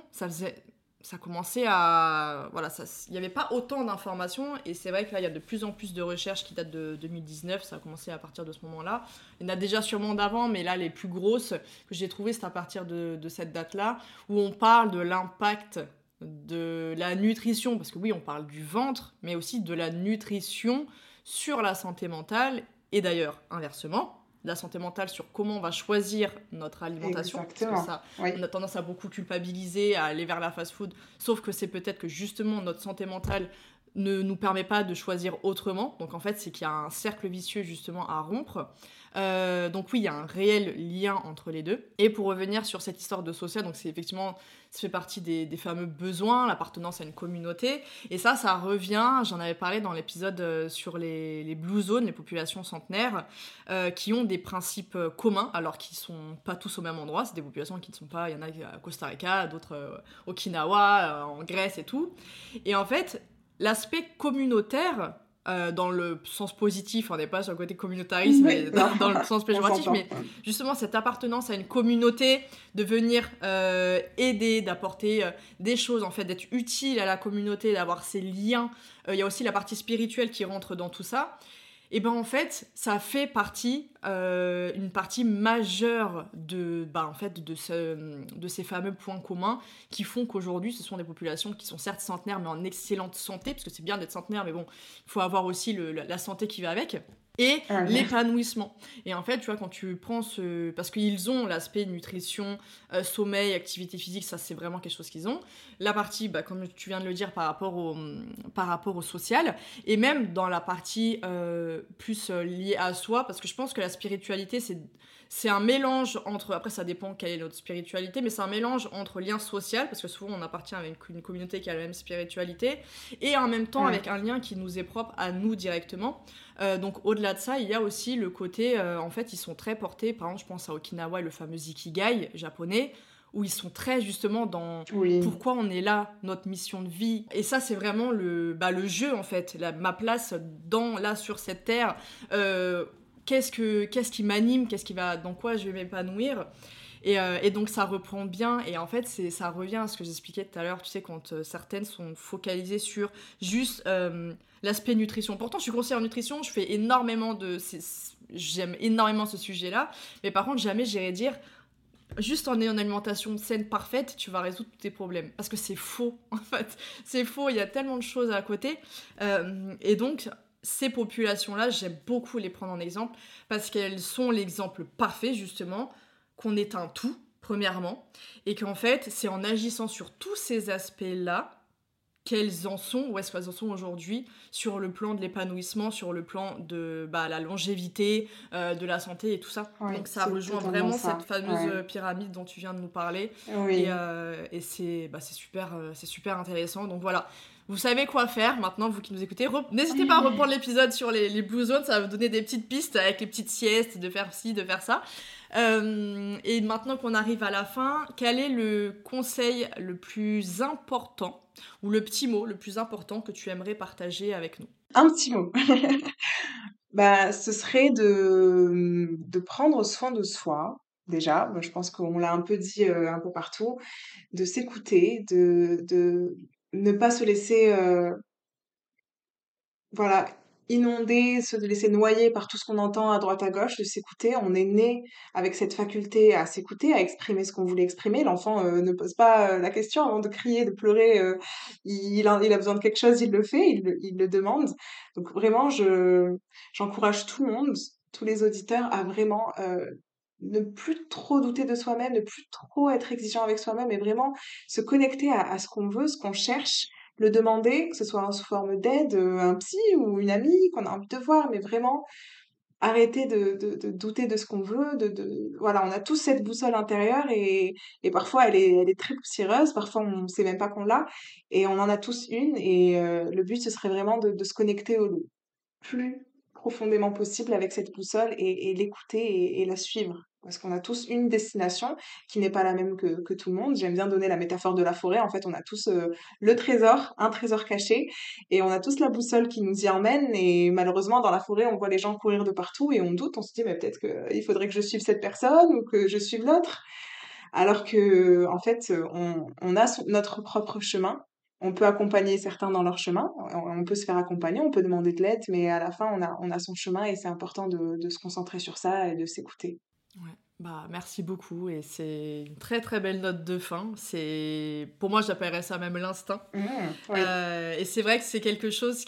ça commençait à... Voilà, il n'y avait pas autant d'informations, et c'est vrai que là, il y a de plus en plus de recherches qui datent de 2019, ça a commencé à partir de ce moment-là. Il y en a déjà sûrement d'avant, mais là, les plus grosses que j'ai trouvées, c'est à partir de cette date-là, où on parle de l'impact de la nutrition, parce que oui, on parle du ventre, mais aussi de la nutrition sur la santé mentale, et d'ailleurs, inversement, la santé mentale sur comment on va choisir notre alimentation, parce que Exactement. ça, Oui. on a tendance à beaucoup culpabiliser, à aller vers la fast-food, sauf que c'est peut-être que justement notre santé mentale ne nous permet pas de choisir autrement. Donc en fait, c'est qu'il y a un cercle vicieux justement à rompre. Donc oui, il y a un réel lien entre les deux. Et pour revenir sur cette histoire de social, donc c'est effectivement, ça fait partie des fameux besoins, l'appartenance à une communauté. Et ça revient, j'en avais parlé dans l'épisode sur les blue zones, les populations centenaires, qui ont des principes communs, alors qu'ils sont pas tous au même endroit. C'est des populations qui ne sont pas, il y en a à Costa Rica, d'autres Okinawa, en Grèce et tout. Et en fait, l'aspect communautaire, dans le sens positif, on n'est pas sur le côté communautarisme, Oui, mais non, dans le sens on péjoratif, s'entend. mais justement cette appartenance à une communauté, de venir aider, d'apporter des choses, en fait, d'être utile à la communauté, d'avoir ces liens. Il y a aussi la partie spirituelle qui rentre dans tout ça. Et ben en fait, ça fait partie, une partie majeure en fait, de ces fameux points communs qui font qu'aujourd'hui, ce sont des populations qui sont certes centenaires, mais en excellente santé, parce que c'est bien d'être centenaire, mais bon, il faut avoir aussi la santé qui va avec, et Ouais. l'épanouissement. Et en fait, tu vois, quand tu prends ce... Parce qu'ils ont l'aspect nutrition, sommeil, activité physique, ça c'est vraiment quelque chose qu'ils ont. La partie, comme tu viens de le dire, par rapport au social, et même dans la partie plus liée à soi, parce que je pense que la spiritualité, c'est un mélange entre, après ça dépend quelle est notre spiritualité, mais c'est un mélange entre lien social, parce que souvent on appartient à une communauté qui a la même spiritualité, et en même temps Ouais. avec un lien qui nous est propre à nous directement. Donc au-delà de ça, il y a aussi le côté, en fait ils sont très portés, par exemple je pense à Okinawa et le fameux Ikigai japonais, où ils sont très justement dans Oui. pourquoi on est là, notre mission de vie. Et ça, c'est vraiment le jeu, en fait, ma place là, sur cette terre. Qu'est-ce qui m'anime, dans quoi je vais m'épanouir. Et donc ça reprend bien, et en fait ça revient à ce que j'expliquais tout à l'heure, tu sais, quand certaines sont focalisées sur juste l'aspect nutrition. Pourtant je suis conseillère en nutrition, je fais j'aime énormément ce sujet-là, mais par contre jamais j'irais dire juste en ayant une alimentation saine, parfaite, tu vas résoudre tous tes problèmes. Parce que c'est faux, en fait. C'est faux, il y a tellement de choses à côté. Et donc, ces populations-là, j'aime beaucoup les prendre en exemple parce qu'elles sont l'exemple parfait, justement, qu'on est un tout, premièrement, et qu'en fait, c'est en agissant sur tous ces aspects-là qu'elles en sont, où est-ce qu'elles en sont aujourd'hui, sur le plan de l'épanouissement, sur le plan de la longévité, de la santé et tout ça. Oui, Donc ça c'est rejoint totalement vraiment ça. cette fameuse Ouais. pyramide dont tu viens de nous parler. Oui. Et c'est super intéressant. Donc voilà, vous savez quoi faire maintenant, vous qui nous écoutez. N'hésitez pas à reprendre l'épisode sur les Blue Zones, ça va vous donner des petites pistes avec les petites siestes, de faire ci, de faire ça. Et maintenant qu'on arrive à la fin, quel est le conseil le plus important ou le petit mot le plus important que tu aimerais partager avec nous? Un petit mot. Ce serait de prendre soin de soi, déjà. Je pense qu'on l'a un peu dit un peu partout, de s'écouter, de ne pas se laisser voilà, inonder, se laisser noyer par tout ce qu'on entend à droite à gauche, de s'écouter. On est né avec cette faculté à s'écouter, à exprimer ce qu'on voulait exprimer. L'enfant ne pose pas la question avant de crier, de pleurer. Il a besoin de quelque chose, il le fait, il le demande. Donc vraiment, j'encourage tout le monde, tous les auditeurs, à vraiment ne plus trop douter de soi-même, ne plus trop être exigeant avec soi-même et vraiment se connecter à ce qu'on veut, ce qu'on cherche, le demander, que ce soit sous forme d'aide, un psy ou une amie qu'on a envie de voir, mais vraiment arrêter de douter de ce qu'on veut, voilà, on a tous cette boussole intérieure et parfois elle est très poussiéreuse, parfois on sait même pas qu'on l'a et on en a tous une et le but ce serait vraiment de se connecter au plus profondément possible avec cette boussole et l'écouter et la suivre. Parce qu'on a tous une destination qui n'est pas la même que tout le monde. J'aime bien donner la métaphore de la forêt. En fait, on a tous le trésor, un trésor caché, et on a tous la boussole qui nous y emmène. Et malheureusement, dans la forêt, on voit les gens courir de partout et on doute. On se dit, mais peut-être qu'il faudrait que je suive cette personne ou que je suive l'autre. Alors que, en fait, on a notre propre chemin. On peut accompagner certains dans leur chemin. On peut se faire accompagner, on peut demander de l'aide, mais à la fin, on a son chemin et c'est important de se concentrer sur ça et de s'écouter. Ouais. Merci beaucoup et c'est une très très belle note de fin. Pour moi, j'appellerais ça même l'instinct. Oui. Et c'est vrai que c'est quelque chose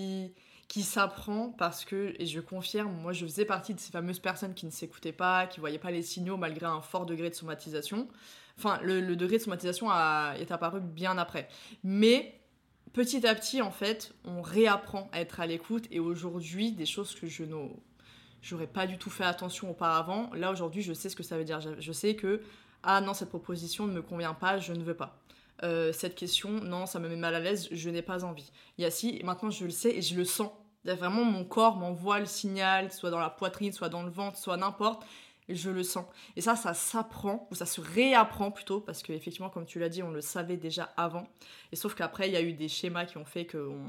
qui s'apprend parce que, et je confirme, moi je faisais partie de ces fameuses personnes qui ne s'écoutaient pas, qui voyaient pas les signaux malgré un fort degré de somatisation. Enfin, le degré de somatisation est apparu bien après. Mais petit à petit, en fait, on réapprend à être à l'écoute et aujourd'hui, des choses que j'aurais pas du tout fait attention auparavant, là aujourd'hui, je sais ce que ça veut dire. Je sais que, ah non, cette proposition ne me convient pas, je ne veux pas. Cette question, non, ça me met mal à l'aise, je n'ai pas envie. Il y a si, et maintenant je le sais et je le sens. Vraiment, mon corps m'envoie le signal, soit dans la poitrine, soit dans le ventre, soit n'importe, et je le sens. Et ça s'apprend, ou ça se réapprend plutôt, parce qu'effectivement, comme tu l'as dit, on le savait déjà avant. Et sauf qu'après, il y a eu des schémas qui ont fait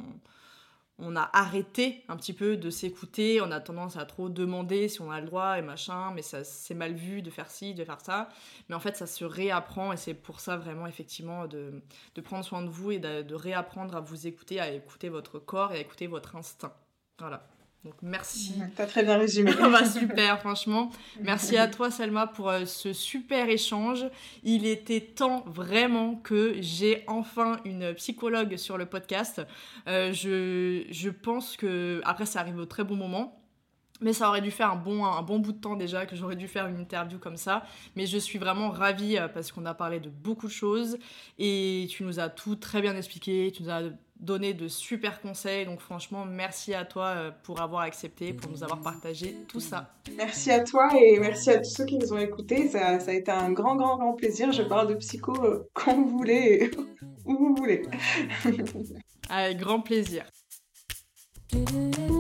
on a arrêté un petit peu de s'écouter, on a tendance à trop demander si on a le droit et machin, mais ça, c'est mal vu de faire ci, de faire ça. Mais en fait, ça se réapprend et c'est pour ça vraiment, effectivement, de prendre soin de vous et de réapprendre à vous écouter, à écouter votre corps et à écouter votre instinct. Voilà. Donc merci. T'as très bien résumé. Super, franchement. Merci à toi, Selma, pour ce super échange. Il était temps vraiment que j'ai enfin une psychologue sur le podcast. Je pense que, après, ça arrive au très bon moment. Mais ça aurait dû faire un bon bout de temps déjà que j'aurais dû faire une interview comme ça. Mais je suis vraiment ravie parce qu'on a parlé de beaucoup de choses et tu nous as tout très bien expliqué, tu nous as donné de super conseils. Donc franchement, merci à toi pour avoir accepté, pour nous avoir partagé tout ça. Merci à toi et merci à tous ceux qui nous ont écoutés. Ça a été un grand plaisir. Je parle de psycho quand vous voulez et où vous voulez. Avec grand plaisir.